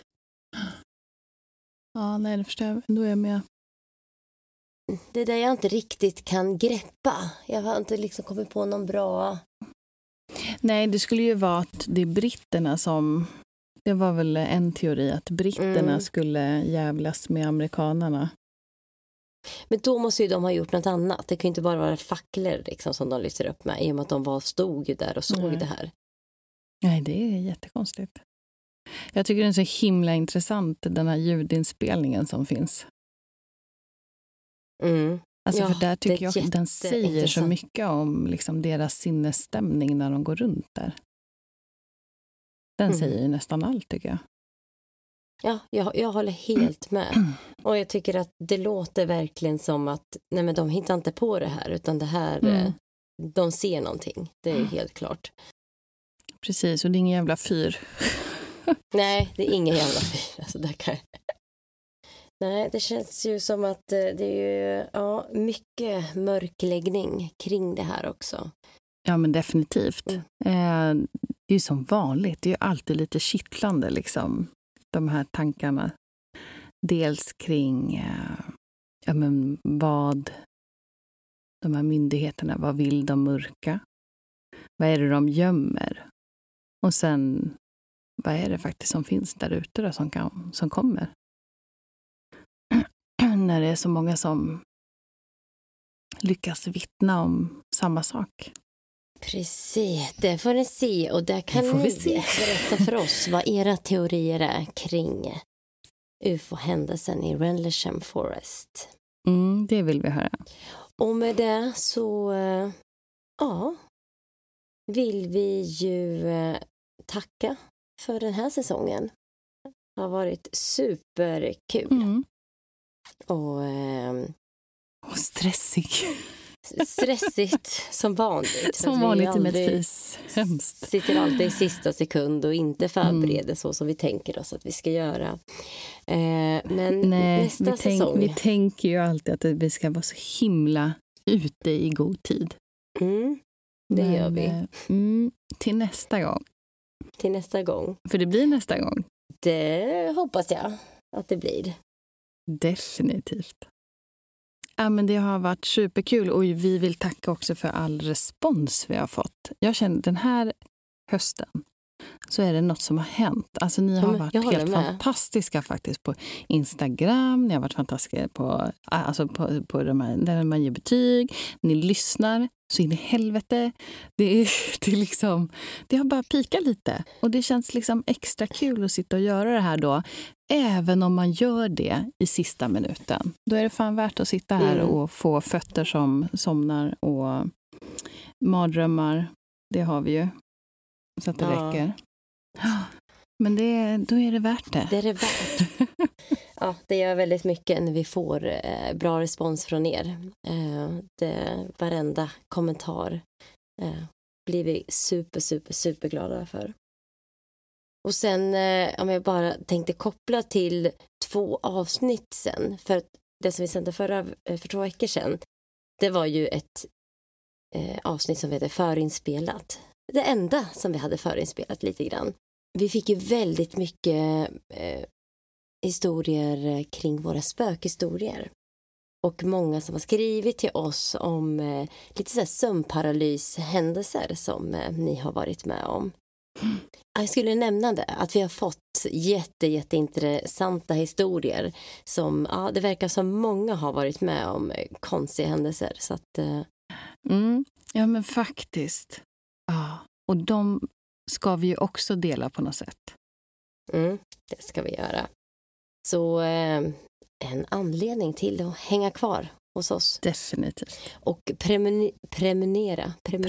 Ja, nej, det förstår jag. Då är jag med. Det är där jag inte riktigt kan greppa. Jag har inte liksom kommit på någon bra... Nej, det skulle ju vara att det är britterna som... Det var väl en teori att britterna skulle jävlas med amerikanerna. Men då måste ju de ha gjort något annat. Det kan ju inte bara vara facklor liksom, som de lyfter upp med. I och med att de stod ju där och såg det här. Nej, det är jättekonstigt. Jag tycker det är så himla intressant, den här ljudinspelningen som finns. Alltså för där tycker jag den säger så mycket om liksom deras sinnesstämning när de går runt där. Den säger ju nästan allt, tycker jag. Ja, jag håller helt med. Och jag tycker att det låter verkligen som att nej, men de hittar inte på det här, utan det här de ser någonting. Det är helt klart. Precis, och det är ingen jävla fyr. Nej, det är ingen jävla fyr. Alltså, Nej, det känns ju som att det är ju mycket mörkläggning kring det här också. Ja, men definitivt. Det är ju som vanligt. Det är ju alltid lite kittlande, liksom, de här tankarna. Dels kring vad de här myndigheterna, vad vill de mörka? Vad är det de gömmer? Och sen, vad är det faktiskt som finns där ute då, som kommer? När det är så många som lyckas vittna om samma sak. Precis, det får ni se. Och där kan ni berätta för oss vad era teorier är kring UFO-händelsen i Rendlesham Forest. Det vill vi höra. Och med det så vill vi ju tacka för den här säsongen. Det har varit superkul. Och stressig. Stressigt som vanligt. Som vanligt emellertid. Hemskt. Sitter alltid i sista sekund och inte förbereder så som vi tänker oss att vi ska göra. Men nästa säsong... Vi tänker ju alltid att vi ska vara så himla ute i god tid. Det gör vi. Till nästa gång. Till nästa gång. För det blir nästa gång. Det hoppas jag att det blir. Definitivt. Ja, men det har varit superkul och vi vill tacka också för all respons vi har fått. Jag känner den här hösten så är det något som har hänt. Alltså ni har varit helt fantastiska faktiskt på Instagram. Ni har varit fantastiska på de här, där man ger betyg. Ni lyssnar så in i helvete. Det har bara pikat lite. Och det känns liksom extra kul att sitta och göra det här då. Även om man gör det i sista minuten. Då är det fan värt att sitta här och få fötter som somnar och mardrömmar. Det har vi ju. Så att det räcker. Men då är det värt det. Det är det värt. Ja, det gör väldigt mycket när vi får bra respons från er. Varenda kommentar blir vi superglada för. Och sen om jag bara tänkte koppla till 2 avsnitt sen. För det som vi sände för 2 veckor sedan. Det var ju ett avsnitt som vi hade förinspelat. Det enda som vi hade förinspelat lite grann. Vi fick ju väldigt mycket historier kring våra spökhistorier. Och många som har skrivit till oss om lite så här sömnparalyshändelser som ni har varit med om. Jag skulle nämna det, att vi har fått jätteintressanta historier som, det verkar som många har varit med om konstiga händelser. Så att, Ja, men faktiskt. Ja, och de ska vi ju också dela på något sätt. Det ska vi göra. Så en anledning till att hänga kvar hos oss. Definitivt. Och prenumerera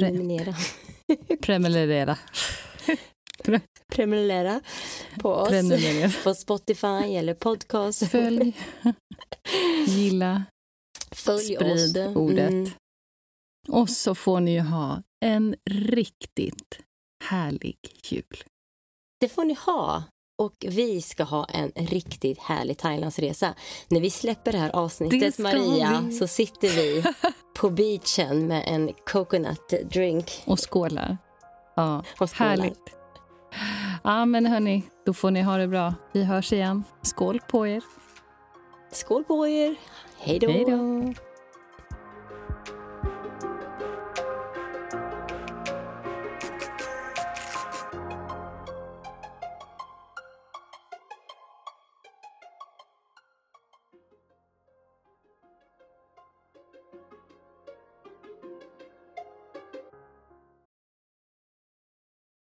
på oss. På Spotify eller podcast. Följ. Gilla. Sprid ordet. Och så får ni ju ha en riktigt härlig jul. Det får ni ha. Och vi ska ha en riktigt härlig Thailandsresa. När vi släpper det här avsnittet, Maria, så sitter vi på beachen med en coconut drink. Och skålar. Ja, härligt. Ja, men hörni, då får ni ha det bra. Vi hörs igen. Skål på er. Skål på er. Hej då. Hej då.